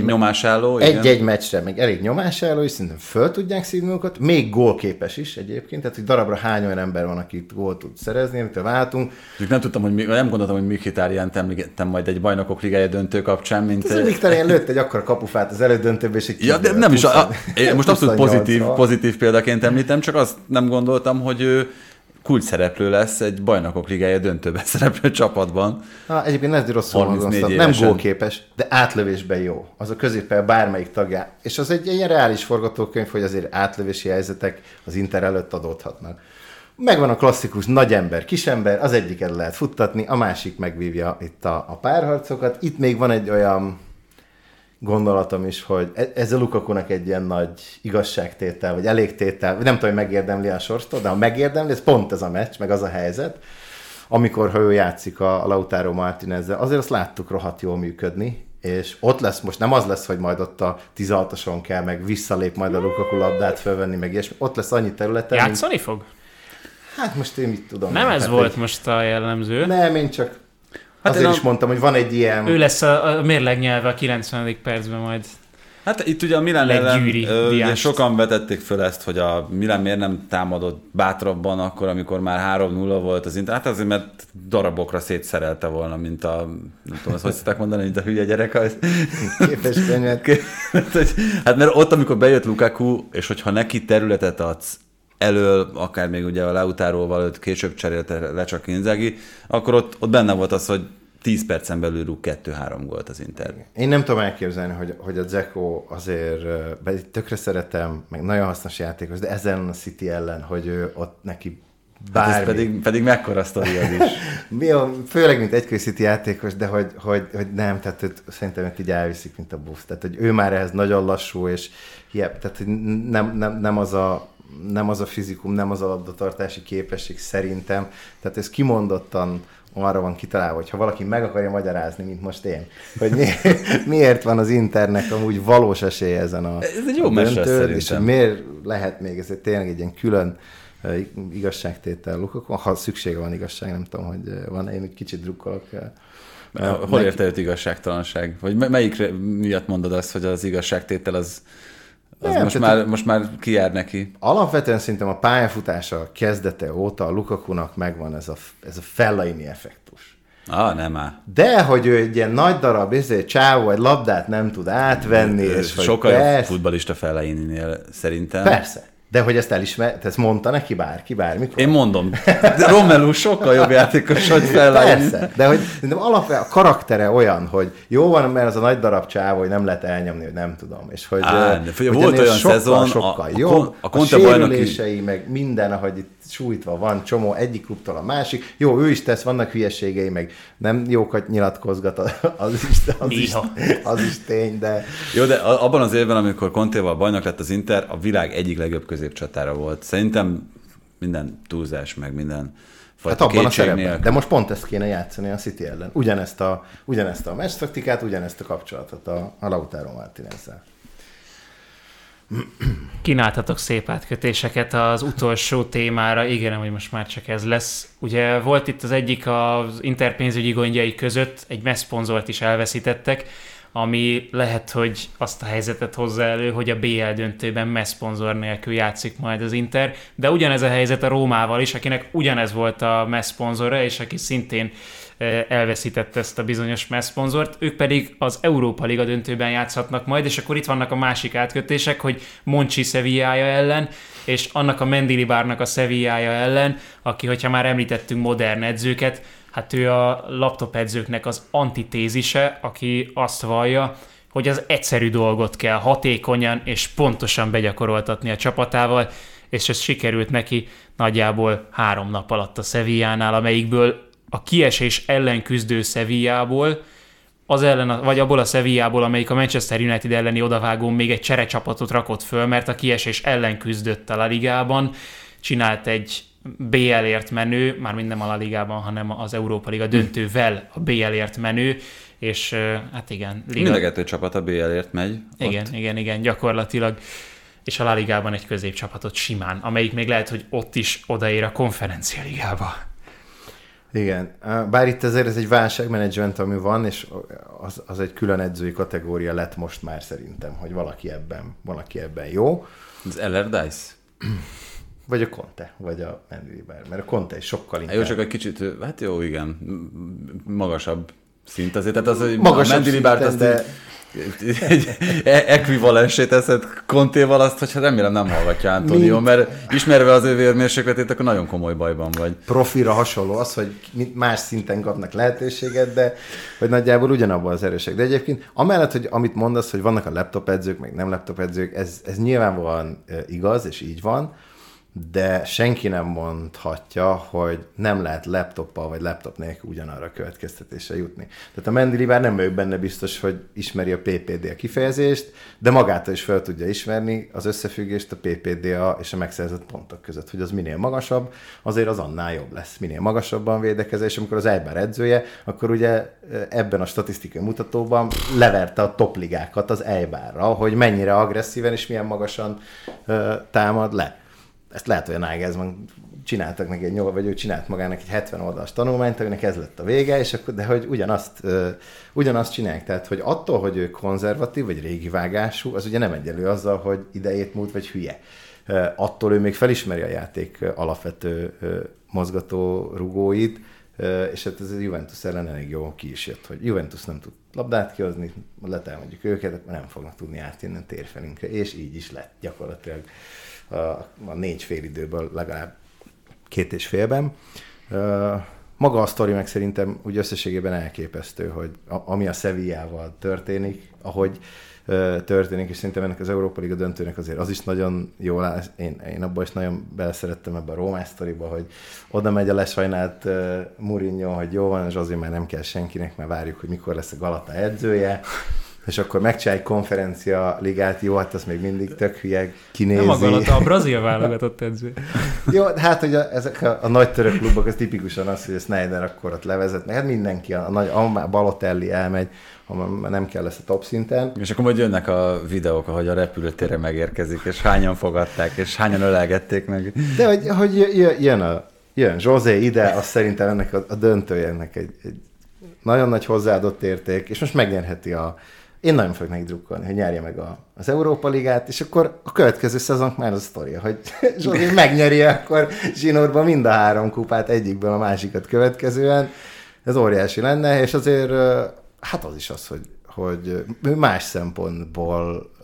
egy-egy meccsre meg elég nyomásálló, és szerintem föl tudják szívni őket, még gólképes is egyébként, tehát hogy darabra hány olyan ember van, aki gólt tud szerezni, amit váltunk. Nem gondoltam, hogy Mkhitarjánt említettem majd egy Bajnokok Ligája döntő kapcsán, mint... Ez Mkhitarján lőtt egy akkora kapufát az elődöntőben, és egy nem is, most abszolút pozitív példaként említem, csak azt nem gondoltam, hogy ő kulcs szereplő lesz egy Bajnokok Ligája döntőben szereplő csapatban. Egyébként ez rosszul gondoltam. Nem gólképes, de átlövésben jó. Az a középpel bármelyik tagja. És az egy ilyen reális forgatókönyv, hogy azért átlövési helyzetek az Inter előtt adódhatnak. Megvan a klasszikus nagy ember, kis ember, az egyiket lehet futtatni, a másik megvívja itt a párharcokat. Itt még van egy olyan gondolatom is, hogy ez a Lukakunak egy ilyen nagy igazságtétel, vagy elégtétel, nem tudom, hogy megérdemli a sorstól, de ha megérdemli, ez pont ez a meccs, meg az a helyzet, amikor, ha ő játszik a Lautaro Martinezzel, azért azt láttuk rohadt jól működni, és ott lesz most, nem az lesz, hogy majd ott a 16-oson kell, meg visszalép majd a Lukaku labdát fölvenni, meg ilyesmi, ott lesz annyi területen. Játszani fog? Hát most én mit tudom. Nem ez volt most a jellemző. Nem, én csak azért is mondtam, hogy van egy ilyen... Ő lesz a mérleg nyelve a 90. percben majd. Hát itt ugye a Milan ellen sokan vetették föl ezt, hogy a Milan miért nem támadott bátrabban akkor, amikor már 3-0 volt az Inter. Hát azért, mert darabokra szétszerelte volna, mint a... Nem tudom, azt hogy szokták mondani, mint a hülye gyerek. Képes könyvet. Hát mert ott, amikor bejött Lukaku, és hogyha neki területet adsz elől, akár még ugye a Lautaróval később cserélte le csak Inzaghi, akkor ott benne volt az, hogy 10 percen belül rúg 2-3 gólt az Inter. Én nem tudom elképzelni, hogy a Dzeko azért tökre szeretem, meg nagyon hasznos játékos, de ezen a City ellen, hogy ő ott neki bármi. Hát pedig mekkora sztori az is. Főleg, mint egykori City játékos, de hogy nem, tehát szerintem őt így elviszik, mint a busz. Tehát, hogy ő már ehhez nagyon lassú, és tehát, hogy nem az a fizikum, nem az a labdatartási képesség szerintem. Tehát ez kimondottan arra van kitalálva, hogy ha valaki meg akarja magyarázni, mint most én, hogy miért van az Internek amúgy valós esélye ezen a ez egy jó mese szerintem. És miért lehet még ez tényleg egy ilyen külön igazságtétel Lukaku, ha szüksége van igazság, nem tudom, hogy van, én egy kicsit drukkolok. Hol érte igazságtalanság? Vagy melyik miatt mondod azt, hogy az igazságtétel az most már kijár neki? Alapvetően szerintem a pályafutása kezdete óta a Lukakunak megvan ez a Fellaini effektus. Nem áll. De, hogy ő egy ilyen nagy darab, csávó, egy labdát nem tud átvenni. És sokkal jobb futballista Fellaininél szerintem. Persze. De hogy ezt ezt mondta neki bármikor? Én mondom. De Romelu sokkal jobb játékos, hogy felállni. Persze, de hogy alapvetően a karaktere olyan, hogy jó van, mert az a nagy darab csávó, hogy nem lehet elnyomni, hogy nem tudom. És hogy, hogy volt olyan szezon, sokkal jobb, a sérülései, meg minden, ahogy itt sújtva van, csomó egyik klubtól a másik. Jó, ő is tesz, vannak hülyeségei, meg nem jókat nyilatkozgat, az is tény, de... Jó, de abban az évben, amikor Contéval bajnok lett az Inter, a világ egyik legjobb középcsatára volt. Szerintem minden túlzás, meg minden fajta kétség nélkül. De most pont ezt kéne játszani a City ellen. Ugyanezt a meccs taktikát, ugyanezt a kapcsolatot a Lautaro Martinezzel. Kínáltatok szép átkötéseket az utolsó témára, igen, hogy most már csak ez lesz. Ugye volt itt az egyik az Inter pénzügyi gondjai között, egy messzponzort is elveszítettek, ami lehet, hogy azt a helyzetet hozza elő, hogy a BL döntőben messzponzor nélkül játszik majd az Inter, de ugyanez a helyzet a Rómával is, akinek ugyanez volt a messzponzora, és aki szintén elveszítette ezt a bizonyos messzponzort, ők pedig az Európa Liga döntőben játszhatnak majd, és akkor itt vannak a másik átkötések, hogy Monchi Sevillája ellen, és annak a Mendilibarnak a Sevillája ellen, aki, hogyha már említettünk modern edzőket, hát ő a laptop edzőknek az antitézise, aki azt vallja, hogy az egyszerű dolgot kell hatékonyan és pontosan begyakoroltatni a csapatával, és ez sikerült neki nagyjából 3 nap alatt a Sevillánál, amelyikből a kiesés ellen küzdő Sevillából, vagy abból a Sevillából, amelyik a Manchester United elleni odavágón még egy cserecsapatot rakott föl, mert a kiesés ellen küzdött a La Ligában, csinált egy BL-ért menő, mármint nem a La Ligában, hanem az Európa Liga döntővel a BL-ért menő, és hát igen. Mind a 2 csapat a BL-ért megy. Igen, gyakorlatilag. És a La Ligában egy középcsapatot simán, amelyik még lehet, hogy ott is odaér a Konferencia Ligába. Igen, bár itt azért ez egy válságmenedzsment, ami van, és az egy külön edzői kategória lett most már szerintem, hogy valaki ebben jó. Az Allardyce? Vagy a Conte, vagy a Mendilibar, mert a Conte is sokkal inkább. Jó, csak egy kicsit, hát jó, igen, magasabb szint azért, tehát az, hogy a Mendilibart azt de... egy ekvivalensét teszed Contéval, azt, hogyha remélem nem hallgatja Antonio, mert ismerve az ő vérmérsékletét, akkor nagyon komoly bajban vagy. Profira hasonló az, hogy más szinten kapnak lehetőséget, de hogy nagyjából ugyanabban az erősek. De egyébként amellett, hogy amit mondasz, hogy vannak a laptop edzők, meg nem laptop edzők, ez nyilvánvalóan igaz, és így van, de senki nem mondhatja, hogy nem lehet laptoppal vagy laptop nélkül ugyanarra a következtetésre jutni. Tehát a Mendilibar nem vagyok benne biztos, hogy ismeri a PPD kifejezést, de magától is fel tudja ismerni az összefüggést a PPDA és a megszerzett pontok között, hogy az minél magasabb, azért az annál jobb lesz. Minél magasabban védekezel, és amikor az Eibar edzője, akkor ugye ebben a statisztikai mutatóban leverte a topligákat az Eibarra, hogy mennyire agresszíven és milyen magasan támad le. Ezt lehet, hogy a Nagelsmann csináltak neki vagy ő csinált magának egy 70 oldalas tanulmányt, aminek ez lett a vége, és akkor, de hogy ugyanazt csinálják. Tehát, hogy attól, hogy ő konzervatív, vagy régi vágású, az ugye nem egyenlő azzal, hogy idejét múlt, vagy hülye. Attól ő még felismeri a játék alapvető mozgató rugóit, és hát ez a Juventus ellen elég jó ki is jött, hogy Juventus nem tud labdát kihozni, letámadjuk őket, nem fognak tudni át innen térfelünkre, és így is lett gyakorlatilag a 4 félidőből legalább 2,5-ben. Maga a sztori meg szerintem úgy összességében elképesztő, hogy ami a Sevillával történik, ahogy történik, és szerintem ennek az Európa Liga döntőnek azért az is nagyon jól áll. Én abban is nagyon beleszerettem ebbe a Rómás sztoriba, hogy oda megy a lesajnált Mourinho, hogy jó van, és azért már nem kell senkinek, már várjuk, hogy mikor lesz a Galata edzője, és akkor megcsinálj Konferencia Ligát, jó, hát az még mindig tök hülye kinézi. Nem a Galata, a brazil válogatott edző. Jó, hát hogy ezek a nagy török klubok, az tipikusan az, hogy a Snyder akkor ott levezet, mert hát mindenki, a Balotelli elmegy, nem kell lesz a top szinten. És akkor majd jönnek a videók, ahogy a repülőtérre megérkezik, és hányan fogadták, és hányan ölelgették meg. De hogy jön José ide, az szerintem ennek a döntője, ennek egy nagyon nagy hozzáadott érték, és most megnyerheti Én nagyon fogok neki drukkolni, hogy nyerje meg az Európa Ligát, és akkor a következő szezonk már az a sztoria, hogy Zsózi megnyeri akkor zsinórban mind a 3 kupát egyikből a másikat következően. Ez óriási lenne, és azért hát az is az, hogy más szempontból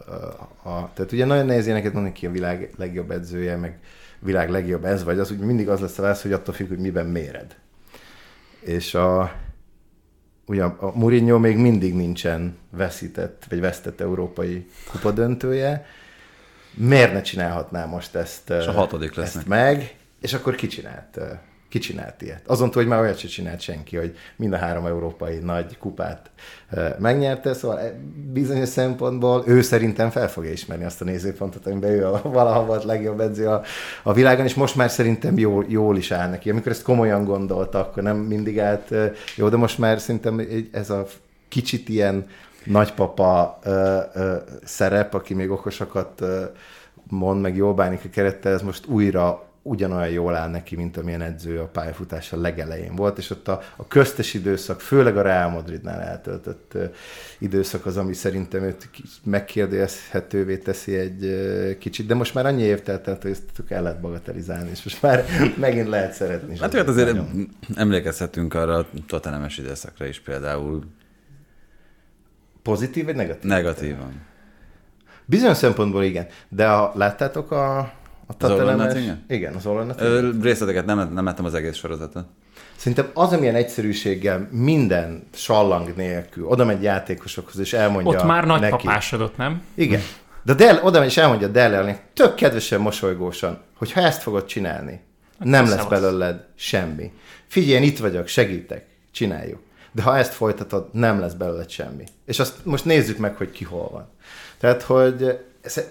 Tehát ugye nagyon nehéz ilyeneket mondani, ki a világ legjobb edzője, meg világ legjobb ez vagy az, úgy mindig az lesz a válasz, hogy attól függ, hogy miben méred. És ugye a Mourinho még mindig nincsen veszített, vagy vesztett európai kupadöntője. Miért ne csinálhatná most ezt, és a 6. lesz ezt meg? És akkor ki csinált ilyet? Azon túl, hogy már olyat se csinált senki, hogy mind a 3 európai nagy kupát megnyerte, szóval bizonyos szempontból ő szerintem fel fogja ismerni azt a nézőpontot, amiben ő valaha volt legjobb edző a világon, és most már szerintem jól is áll neki. Amikor ezt komolyan gondolta, akkor nem mindig állt jó, de most már szerintem ez a kicsit ilyen nagypapa szerep, aki még okosakat mond, meg jól bánik a kerettel, ez most újra ugyanolyan jól áll neki, mint amilyen edző a pályafutása legelején volt, és ott a köztes időszak, főleg a Real Madridnál eltöltött időszak az, ami szerintem őt megkérdezhetővé teszi egy kicsit, de most már annyi év telt, hogy ezt el lehet bagatelizálni, és most már megint lehet szeretni. Hát azért emlékezhetünk arra a Tottenham-es időszakra is például. Pozitív vagy negatív? Negatívan. Bizonyos szempontból igen, de láttátok a Tottenham-es? Igen, az All or Nothing. Részleteket nem láttam az egész sorozatot. Szerintem az, amilyen egyszerűséggel minden sallang nélkül oda megy játékosokhoz, és elmondja ott már nagy neki. papásodott, nem? Igen. De oda megy, és elmondja Dele-nek tök kedvesen, mosolygósan, hogy ha ezt fogod csinálni, nem lesz belőled semmi. Figyelj, én itt vagyok, segítek, csináljuk. De ha ezt folytatod, nem lesz belőled semmi. És azt most nézzük meg, hogy ki hol van. Tehát, hogy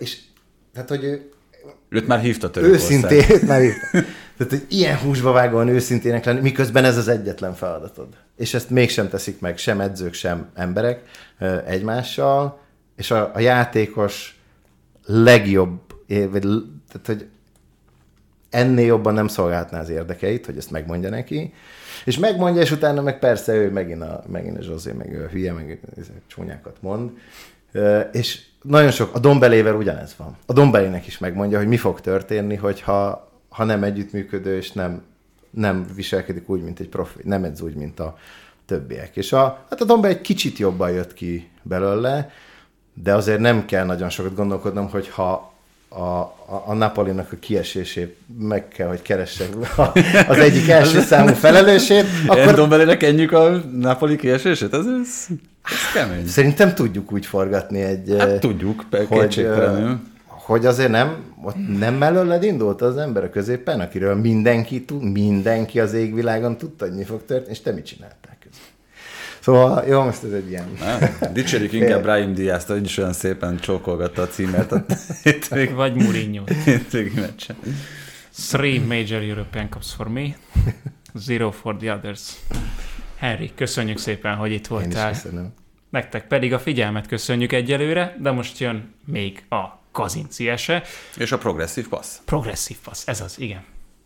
őt már hívta Törökország. Őszintén, őt már hívta. Tehát, hogy ilyen húsba vágóan őszintének lenni, miközben ez az egyetlen feladatod. És ezt mégsem teszik meg sem edzők, sem emberek egymással, és a játékos legjobb, tehát, hogy ennél jobban nem szolgálhatná az érdekeit, hogy ezt megmondja neki, és megmondja, és utána meg persze ő megint a José, meg ő hülye, meg csúnyákat mond, és nagyon sok, a Dombelével ugyanez van. A Dombelének is megmondja, hogy mi fog történni, hogyha nem együttműködő, és nem viselkedik úgy, mint egy profi, nem edz úgy, mint a többiek. És a Dombele egy kicsit jobban jött ki belőle, de azért nem kell nagyon sokat gondolkodnom, hogyha a Napolinak a kiesését meg kell, hogy keressek az egyik első számú felelősét. Akkor Dombelének ennyük a Napoli kiesését? Ez kemény. Szerintem tudjuk úgy forgatni tudjuk, hogy azért nem mellőled indult az ember a középen, akiről mindenki az égvilágon tudta, hogy mi fog történni, és te mit csináltál közben. Szóval, jó, most ez egy ilyen... Dicsérjük inkább Brahim Díazt, hogy is olyan szépen csókolgatta a címert. Vagy Mourinho. Hétvégi meccsen. 3 major European Cups for me, 0 for the others. Henry, köszönjük szépen, hogy itt voltál. Én is köszönöm. Nektek pedig a figyelmet köszönjük egyelőre, de most jön még a Kazinci ese. És a progresszív passz. Progresszív passz, ez az, igen.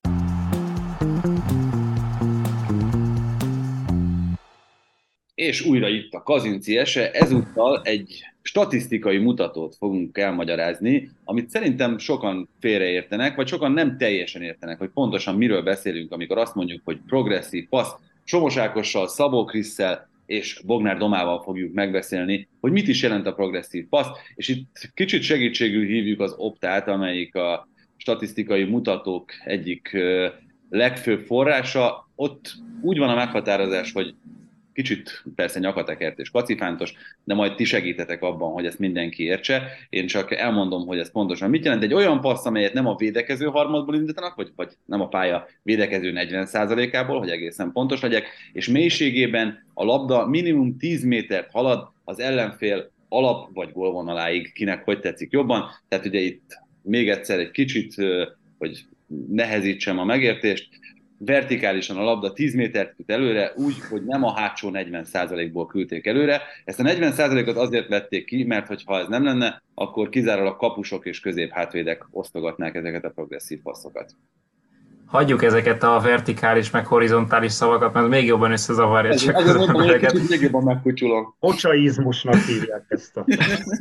És újra itt a Kazinci ese, ezúttal egy statisztikai mutatót fogunk elmagyarázni, amit szerintem sokan félreértenek, vagy sokan nem teljesen értenek, hogy pontosan miről beszélünk, amikor azt mondjuk, hogy progresszív passz. Somos Ákossal, Szabó Krisszel és Bognár Domával fogjuk megbeszélni, hogy mit is jelent a progresszív passz, és itt kicsit segítségül hívjuk az Optát, amelyik a statisztikai mutatók egyik legfőbb forrása. Ott úgy van a meghatározás, hogy kicsit persze nyakatekert és kacifántos, de majd ti segítetek abban, hogy ezt mindenki értse. Én csak elmondom, hogy ez pontosan mit jelent. Egy olyan passz, amelyet nem a védekező harmadból indítanak, vagy nem a pálya védekező 40%-ából, hogy egészen pontos legyek, és mélységében a labda minimum 10 métert halad az ellenfél alap vagy gólvonaláig, kinek hogy tetszik jobban. Tehát ugye itt még egyszer egy kicsit, hogy nehezítsem a megértést, vertikálisan a labda 10 métert küld előre, úgy, hogy nem a hátsó 40%-ból küldték előre. Ezt a 40%-ot azért vették ki, mert ha ez nem lenne, akkor kizárólag kapusok és középhátvédek osztogatnák ezeket a progresszív passzokat. Hagyjuk ezeket a vertikális meg horizontális szavakat, mert még jobban összezavarja csak az embereket. Még jobban megkucsulom. Ocsaizmusnak hívják ezt a...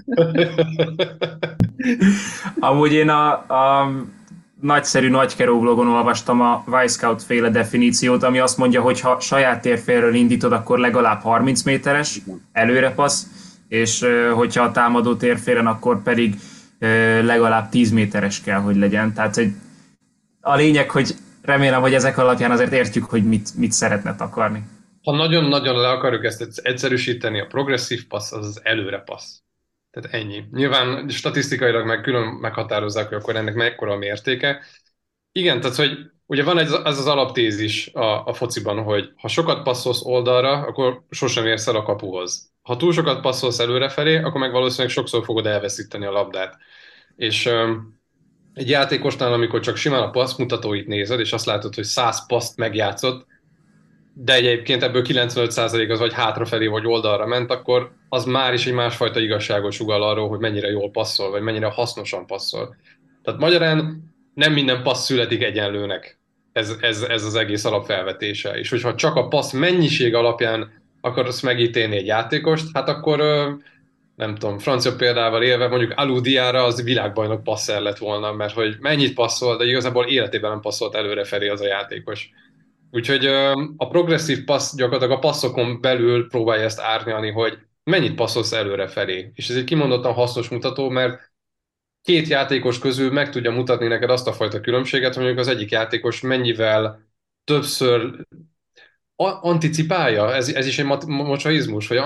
Amúgy én a nagyszerű Nagykeró blogon olvastam a Wisecout féle definíciót, ami azt mondja, hogy ha saját térfélről indítod, akkor legalább 30 méteres előrepassz, és hogyha a támadó térféren, akkor pedig legalább 10 méteres kell, hogy legyen. Tehát hogy a lényeg, hogy remélem, hogy ezek alapján azért értjük, hogy mit szeretne takarni. Ha nagyon-nagyon le akarjuk ezt egyszerűsíteni, a progresszív passz az előre passz. Tehát ennyi. Nyilván statisztikailag meg külön meghatározzák, hogy akkor ennek mekkora a mértéke. Igen, tehát hogy ugye van ez az alaptézis a fociban, hogy ha sokat passzolsz oldalra, akkor sosem érsz el a kapuhoz. Ha túl sokat passzolsz előrefelé, akkor meg valószínűleg sokszor fogod elveszíteni a labdát. És egy játékosnál, amikor csak simán a passzmutatóit nézed, és azt látod, hogy 100 paszt megjátszott, de egyébként ebből 95% az vagy hátrafelé, vagy oldalra ment, akkor az már is egy másfajta igazságot sugall arról, hogy mennyire jól passzol, vagy mennyire hasznosan passzol. Tehát magyarán nem minden passz születik egyenlőnek. Ez az egész alapfelvetése. És hogyha csak a passz mennyiség alapján akarsz megítélni egy játékost, hát akkor nem tudom, francia példával élve mondjuk Alou Diarra az világbajnok passzer lett volna, mert hogy mennyit passzol, de igazából életében nem passzolt előrefelé az a játékos. Úgyhogy a progresszív passz gyakorlatilag a passzokon belül próbálja ezt árnyalni, hogy mennyit passzolsz előrefelé. És ez egy kimondottan hasznos mutató, mert két játékos közül meg tudja mutatni neked azt a fajta különbséget, hogy mondjuk az egyik játékos mennyivel többször anticipálja, ez is egy mocsaizmus, vagy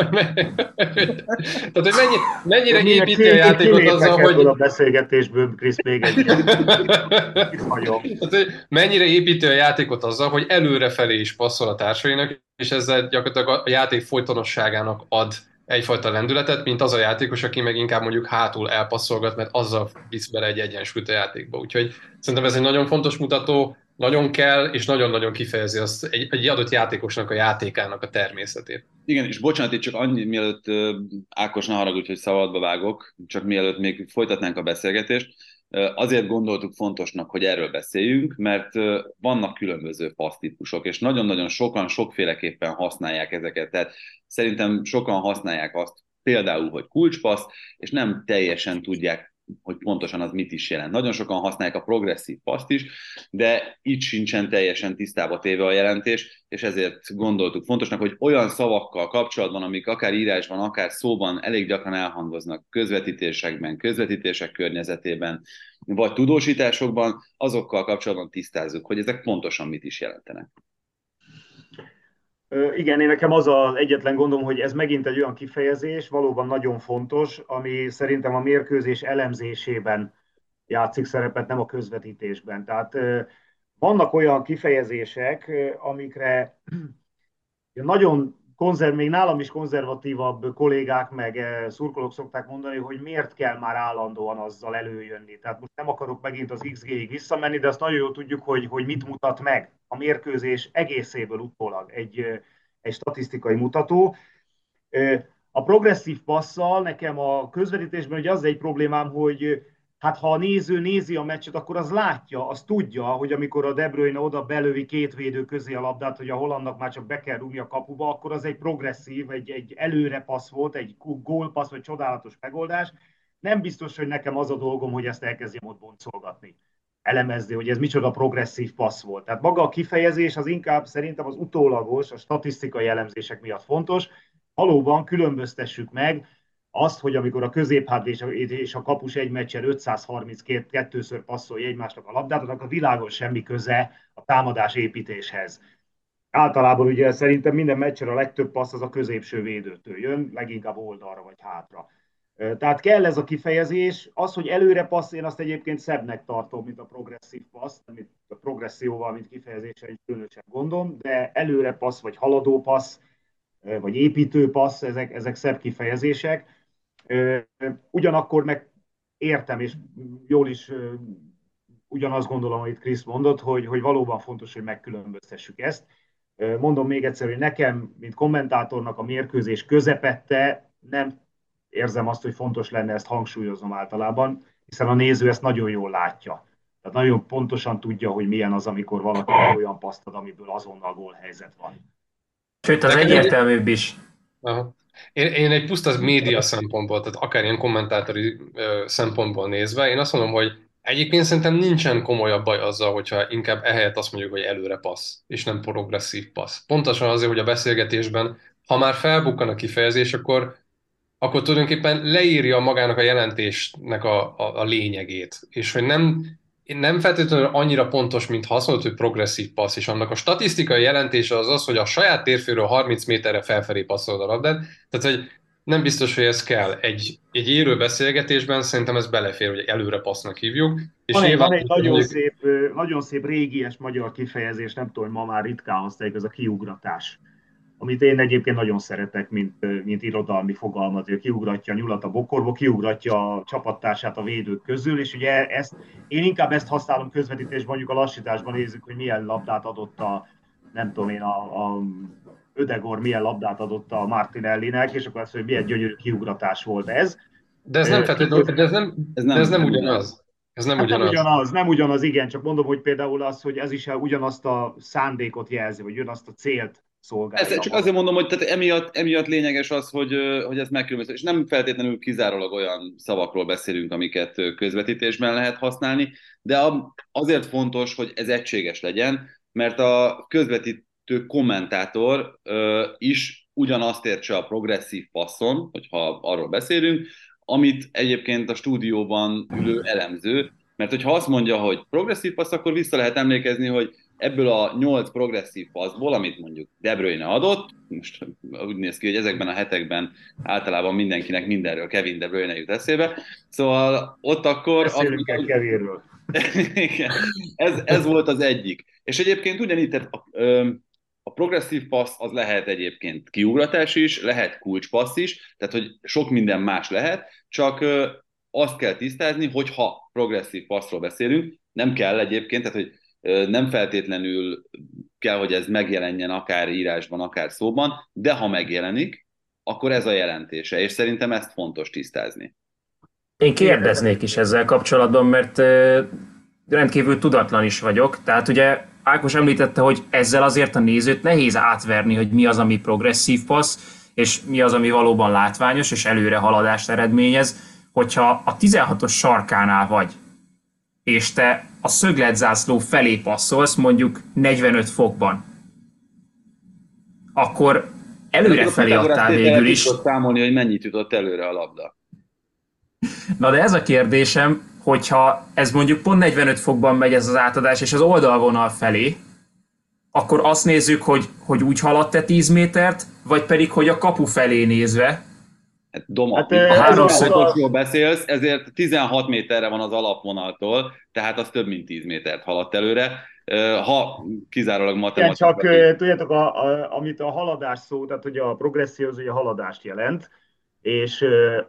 tehát, hogy mennyire építi a játékot azzal, hogy... a beszélgetésből, Krisz, még egy tehát, hogy mennyire építi a játékot azzal, hogy előrefelé is passzol a társainak, és ezzel gyakorlatilag a játék folytonosságának ad egyfajta lendületet, mint az a játékos, aki meg inkább mondjuk hátul elpasszolgat, mert azzal visz bele egy egyensúlyt a játékba. Úgyhogy szerintem ez egy nagyon fontos mutató, nagyon kell, és nagyon-nagyon kifejezi azt egy adott játékosnak a játékának a természetét. Igen, és bocsánat, itt csak annyi, mielőtt Ákos, ne haragudj, hogy szabadba vágok, csak mielőtt még folytatnánk a beszélgetést, azért gondoltuk fontosnak, hogy erről beszéljünk, mert vannak különböző passztípusok, és nagyon-nagyon sokan sokféleképpen használják ezeket. Tehát szerintem sokan használják azt például, hogy kulcspassz, és nem teljesen tudják, hogy pontosan az mit is jelent. Nagyon sokan használják a progresszív paszt is, de itt sincsen teljesen tisztába téve a jelentés, és ezért gondoltuk fontosnak, hogy olyan szavakkal kapcsolatban, amik akár írásban, akár szóban elég gyakran elhangoznak közvetítésekben, közvetítések környezetében, vagy tudósításokban, azokkal kapcsolatban tisztázzuk, hogy ezek pontosan mit is jelentenek. Igen, én nekem az az egyetlen gondom, hogy ez megint egy olyan kifejezés, valóban nagyon fontos, ami szerintem a mérkőzés elemzésében játszik szerepet, nem a közvetítésben. Tehát vannak olyan kifejezések, amikre nagyon még nálam is konzervatívabb kollégák meg szurkolók szokták mondani, hogy miért kell már állandóan azzal előjönni. Tehát most nem akarok megint az XG-ig visszamenni, de azt nagyon jól tudjuk, hogy mit mutat meg a mérkőzés egészéből utólag egy statisztikai mutató. A progresszív passzal nekem a közvetítésben ugye az egy problémám, hogy hát ha a néző nézi a meccset, akkor az látja, az tudja, hogy amikor a De Bruyne oda belövi két védő közé a labdát, hogy a hollandnak már csak be kell rúgni a kapuba, akkor az egy progresszív, egy előre passz volt, egy gólpassz, vagy csodálatos megoldás. Nem biztos, hogy nekem az a dolgom, hogy ezt elkezdjem ott boncolgatni, elemezni, hogy ez micsoda progresszív passz volt. Tehát maga a kifejezés az inkább szerintem az utólagos, a statisztikai elemzések miatt fontos. Valóban különböztessük meg azt, hogy amikor a középhátvéd és a kapus egy meccsen 532-ször passzolja egymásnak a labdát, annak a világon semmi köze a támadás építéshez. Általában ugye szerintem minden meccsen a legtöbb passz az a középső védőtől jön, leginkább oldalra vagy hátra. Tehát kell ez a kifejezés. Az, hogy előre passz, én azt egyébként szebbnek tartom, mint a progresszív passz, amit a progresszióval, mint kifejezéssel egy különösebb gondom, de előre passz, vagy haladó passz, vagy építő passz, ezek szebb kifejezések. Ugyanakkor meg értem, és jól is ugyanazt gondolom, amit Krisz mondott, hogy valóban fontos, hogy megkülönböztessük ezt. Mondom még egyszer, hogy nekem, mint kommentátornak a mérkőzés közepette nem érzem azt, hogy fontos lenne ezt hangsúlyoznom általában, hiszen a néző ezt nagyon jól látja. Tehát nagyon pontosan tudja, hogy milyen az, amikor valaki olyan paszt ad, amiből azonnal gólhelyzet van. Sőt, az egyértelműbb is. Aha. Én egy puszta média szempontból, tehát akár ilyen kommentátori szempontból nézve, én azt mondom, hogy egyébként szerintem nincsen komolyabb baj azzal, hogyha inkább ehelyett azt mondjuk, hogy előre passz, és nem progresszív passz. Pontosan azért, hogy a beszélgetésben, ha már felbukkan a kifejezés, akkor akkor tulajdonképpen leírja magának a jelentésnek a lényegét, és hogy nem feltétlenül annyira pontos, mint ha azt mondod, hogy progresszív passz, és annak a statisztikai jelentése az az, hogy a saját térféről 30 méterre felfelé passzolod a labdát, tehát hogy nem biztos, hogy ez kell. Egy élő beszélgetésben szerintem ez belefér, hogy előre passznak hívjuk. És van egy nagyon szép régies magyar kifejezés, nem tudom, hogy ma már ritkán használjuk, ez a kiugratás, amit én egyébként nagyon szeretek, mint irodalmi fogalmat, hogy kiugratja a nyulat a bokorba, kiugratja a csapattársát a védők közül, és ugye én inkább ezt használom közvetítésben, mondjuk a lassításban nézzük, hogy milyen labdát adott nem tudom én, a Ödegor milyen labdát adott a Martinellinek, és akkor azt mondja, hogy milyen gyönyörű kiugratás volt ez. De ez nem feltétlenül, ez nem ugyanaz. Ez nem ugyanaz. Nem ugyanaz, igen, csak mondom, hogy például az, hogy ez is ugyanazt a szándékot jelzi, vagy ugyanazt a célt szolgálja. Ezt csak azért mondom, hogy tehát emiatt lényeges az, hogy ez megkülönböző, és nem feltétlenül kizárólag olyan szavakról beszélünk, amiket közvetítésben lehet használni, de azért fontos, hogy ez egységes legyen, mert a közvetítő kommentátor is ugyanazt értse a progresszív passzon, hogyha arról beszélünk, amit egyébként a stúdióban ülő elemző, mert hogyha azt mondja, hogy progresszív passz, akkor vissza lehet emlékezni, hogy ebből a 8 progresszív passzból, amit mondjuk De Bruyne adott, most úgy néz ki, hogy ezekben a hetekben általában mindenkinek mindenről Kevin De Bruyne jut eszébe, szóval ott akkor... Beszélünk el Kevinről. Igen, ez volt az egyik. És egyébként ugyanígy, tehát a progresszív passz az lehet egyébként kiugratás is, lehet kulcspassz is, tehát hogy sok minden más lehet, csak azt kell tisztázni, hogy ha progresszív passzról beszélünk, nem kell egyébként, tehát hogy nem feltétlenül kell, hogy ez megjelenjen akár írásban, akár szóban, de ha megjelenik, akkor ez a jelentése, és szerintem ezt fontos tisztázni. Én kérdeznék is ezzel kapcsolatban, mert rendkívül tudatlan is vagyok. Tehát ugye Ákos említette, hogy ezzel azért a nézőt nehéz átverni, hogy mi az, ami progresszív passz, és mi az, ami valóban látványos, és előre haladást eredményez. Hogyha a 16-os sarkánál vagy, és te a szögletzászló felé passzolsz, mondjuk 45 fokban, akkor előrefelé adtál végül is. Tudod számolni, hogy mennyit jutott előre a labda. Na de ez a kérdésem, hogyha ez mondjuk pont 45 fokban megy ez az átadás, és az oldalvonal felé, akkor azt nézzük, hogy úgy haladt te 10 métert, vagy pedig, hogy a kapu felé nézve. Doma, háromszögről beszélsz, ezért 16 méterre van az alapvonaltól, tehát az több mint 10 métert haladt előre, ha kizárólag matematikai. Csak tudjátok, amit a haladás szó, tehát hogy a progresszió az ugye haladást jelent, és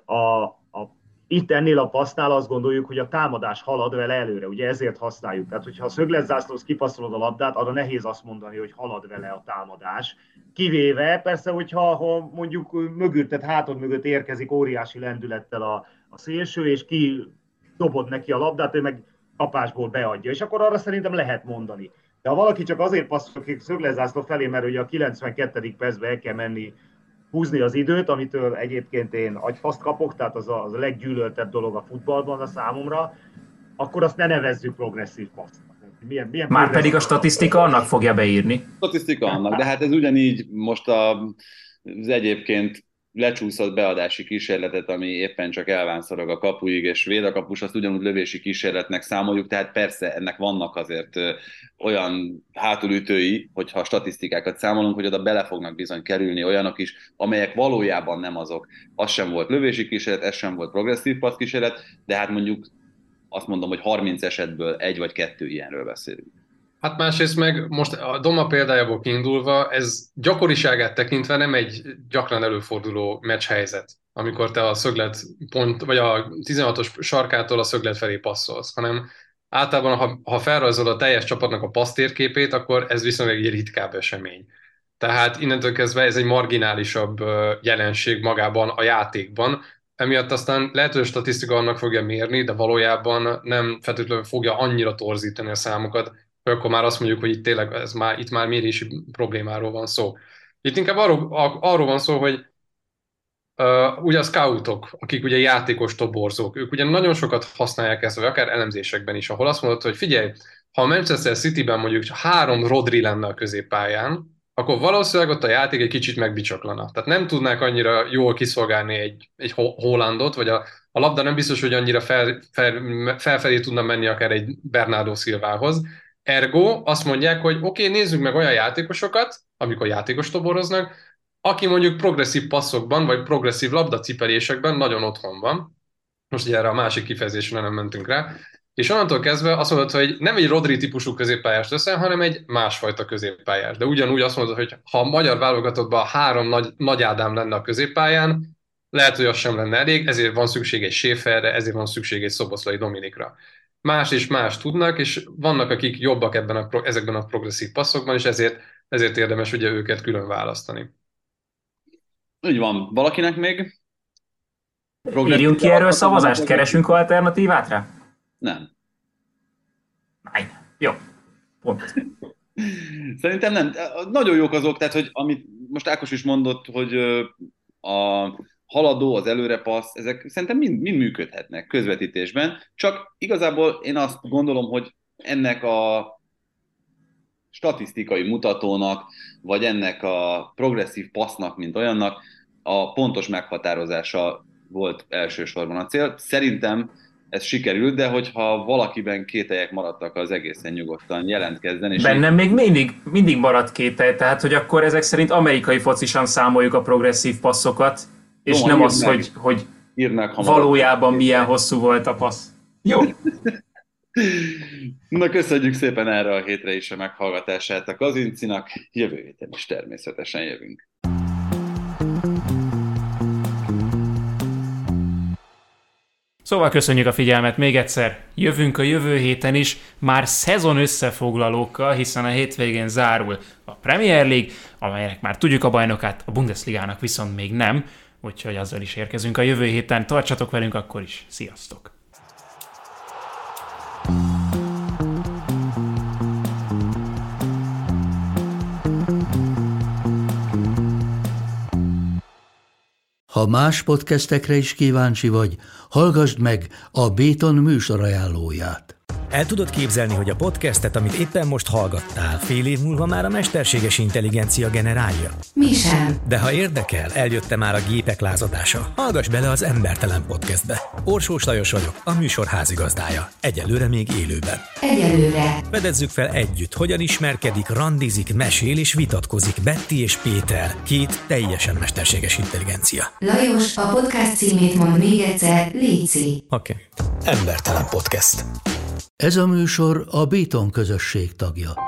itt ennél a passznál azt gondoljuk, hogy a támadás halad vele előre, ugye ezért használjuk. Tehát, hogyha a szögletzászlóhoz kipasszolod a labdát, arra nehéz azt mondani, hogy halad vele a támadás. Kivéve, persze, hogyha mondjuk mögötted, hátad mögött érkezik óriási lendülettel a szélső, és ki dobod neki a labdát, ő meg kapásból beadja. És akkor arra szerintem lehet mondani. De ha valaki csak azért passzol ki szögletzászló felé, mert ugye a 92. percben el kell menni húzni az időt, amitől egyébként én agyfaszt kapok, tehát az a leggyűlöltebb dolog a futballban a számomra, akkor azt ne nevezzük progresszív passznak. Már pedig a statisztika annak fogja beírni. Statisztika annak, de hát ez ugyanígy most az egyébként lecsúszott beadási kísérletet, ami éppen csak elvánszorog a kapuig, és véd a kapus, azt ugyanúgy lövési kísérletnek számoljuk, tehát persze ennek vannak azért olyan hátulütői, hogyha statisztikákat számolunk, hogy oda bele fognak bizony kerülni olyanok is, amelyek valójában nem azok. Az sem volt lövési kísérlet, ez sem volt progresszív passz kísérlet, de hát mondjuk azt mondom, hogy 30 esetből 1 vagy 2 ilyenről beszélünk. Hát másrészt meg most a Doma példájából kiindulva, ez gyakoriságát tekintve nem egy gyakran előforduló meccshelyzet, amikor te a szöglet pont, vagy a 16-os sarkától a szöglet felé passzolsz, hanem általában, ha felrajzol a teljes csapatnak a passztérképét, akkor ez viszonylag egy ritkább esemény. Tehát innentől kezdve ez egy marginálisabb jelenség magában a játékban, emiatt aztán lehet, hogy a statisztika annak fogja mérni, de valójában nem feltétlenül fogja annyira torzítani a számokat, akkor már azt mondjuk, hogy itt tényleg itt már mérési problémáról van szó. Itt inkább arról van szó, hogy ugye a scoutok, akik ugye játékos toborzók, ők ugye nagyon sokat használják ezt, vagy akár elemzésekben is, ahol azt mondod, hogy figyelj, ha a Manchester Cityben mondjuk 3 Rodri lenne a középpályán, akkor valószínűleg ott a játék egy kicsit megbicsaklana. Tehát nem tudnák annyira jól kiszolgálni egy Haalandot, vagy a labda nem biztos, hogy annyira felfelé tudna menni akár egy Bernardo Silvához. Ergo azt mondják, hogy oké, nézzük meg olyan játékosokat, amikor játékos toboroznak, aki mondjuk progresszív passzokban, vagy progresszív labdacipelésekben nagyon otthon van. Most ugye erre a másik kifejezésre nem mentünk rá. És onnantól kezdve azt mondod, hogy nem egy Rodri típusú középpályást veszel, hanem egy másfajta középpályás. De ugyanúgy azt mondod, hogy ha a magyar válogatottban 3 nagy Ádám lenne a középpályán, lehet, hogy az sem lenne elég, ezért van szükség egy Schäferre, ezért van szükség egy Szoboszlai Dominikra. Más és más tudnak, és vannak, akik jobbak ezekben a progresszív passzokban, és ezért érdemes ugye őket külön választani. Úgy van. Valakinek még? Írjunk ki erről szavazást, keresünk alternatívát rá? Nem. Jó, pont. Szerintem nem. Nagyon jók azok, tehát, hogy amit most Ákos is mondott, hogy a haladó, az előrepassz, ezek szerintem mind működhetnek közvetítésben, csak igazából én azt gondolom, hogy ennek a statisztikai mutatónak, vagy ennek a progresszív passznak, mint olyannak, a pontos meghatározása volt elsősorban a cél. Szerintem ez sikerült, de hogyha valakiben kételyek maradtak, az egészen nyugodtan jelentkezzen. És bennem még mindig maradt kételj, tehát hogy akkor ezek szerint amerikai focisan számoljuk a progresszív passzokat, és nem az, hogy valójában milyen hosszú volt a passz. Jó. Na, köszönjük szépen erre a hétre is a meghallgatását a Kazincinak. Jövő héten is természetesen jövünk. Szóval köszönjük a figyelmet még egyszer. Jövünk a jövő héten is, már szezon összefoglalókkal, hiszen a hétvégén zárul a Premier League, amelynek már tudjuk a bajnokát, a Bundesligának viszont még nem, úgyhogy azzal is érkezünk a jövő héten. Tartsatok velünk akkor is. Sziasztok! Ha más podcastekre is kíváncsi vagy, hallgassd meg a Béton műsor ajánlóját. El tudod képzelni, hogy a podcastet, amit éppen most hallgattál, fél év múlva már a mesterséges intelligencia generálja? Mi sem. De ha érdekel, eljött már a gépek lázadása. Hallgass bele az Embertelen Podcastbe. Orsós Lajos vagyok, a műsor házigazdája. Egyelőre még élőben. Egyelőre. Fedezzük fel együtt, hogyan ismerkedik, randizik, mesél és vitatkozik Betty és Péter, 2 teljesen mesterséges intelligencia. Lajos, a podcast címét mond még egyszer, léci. Oké. Embertelen Podcast. Ez a műsor a Béton közösség tagja.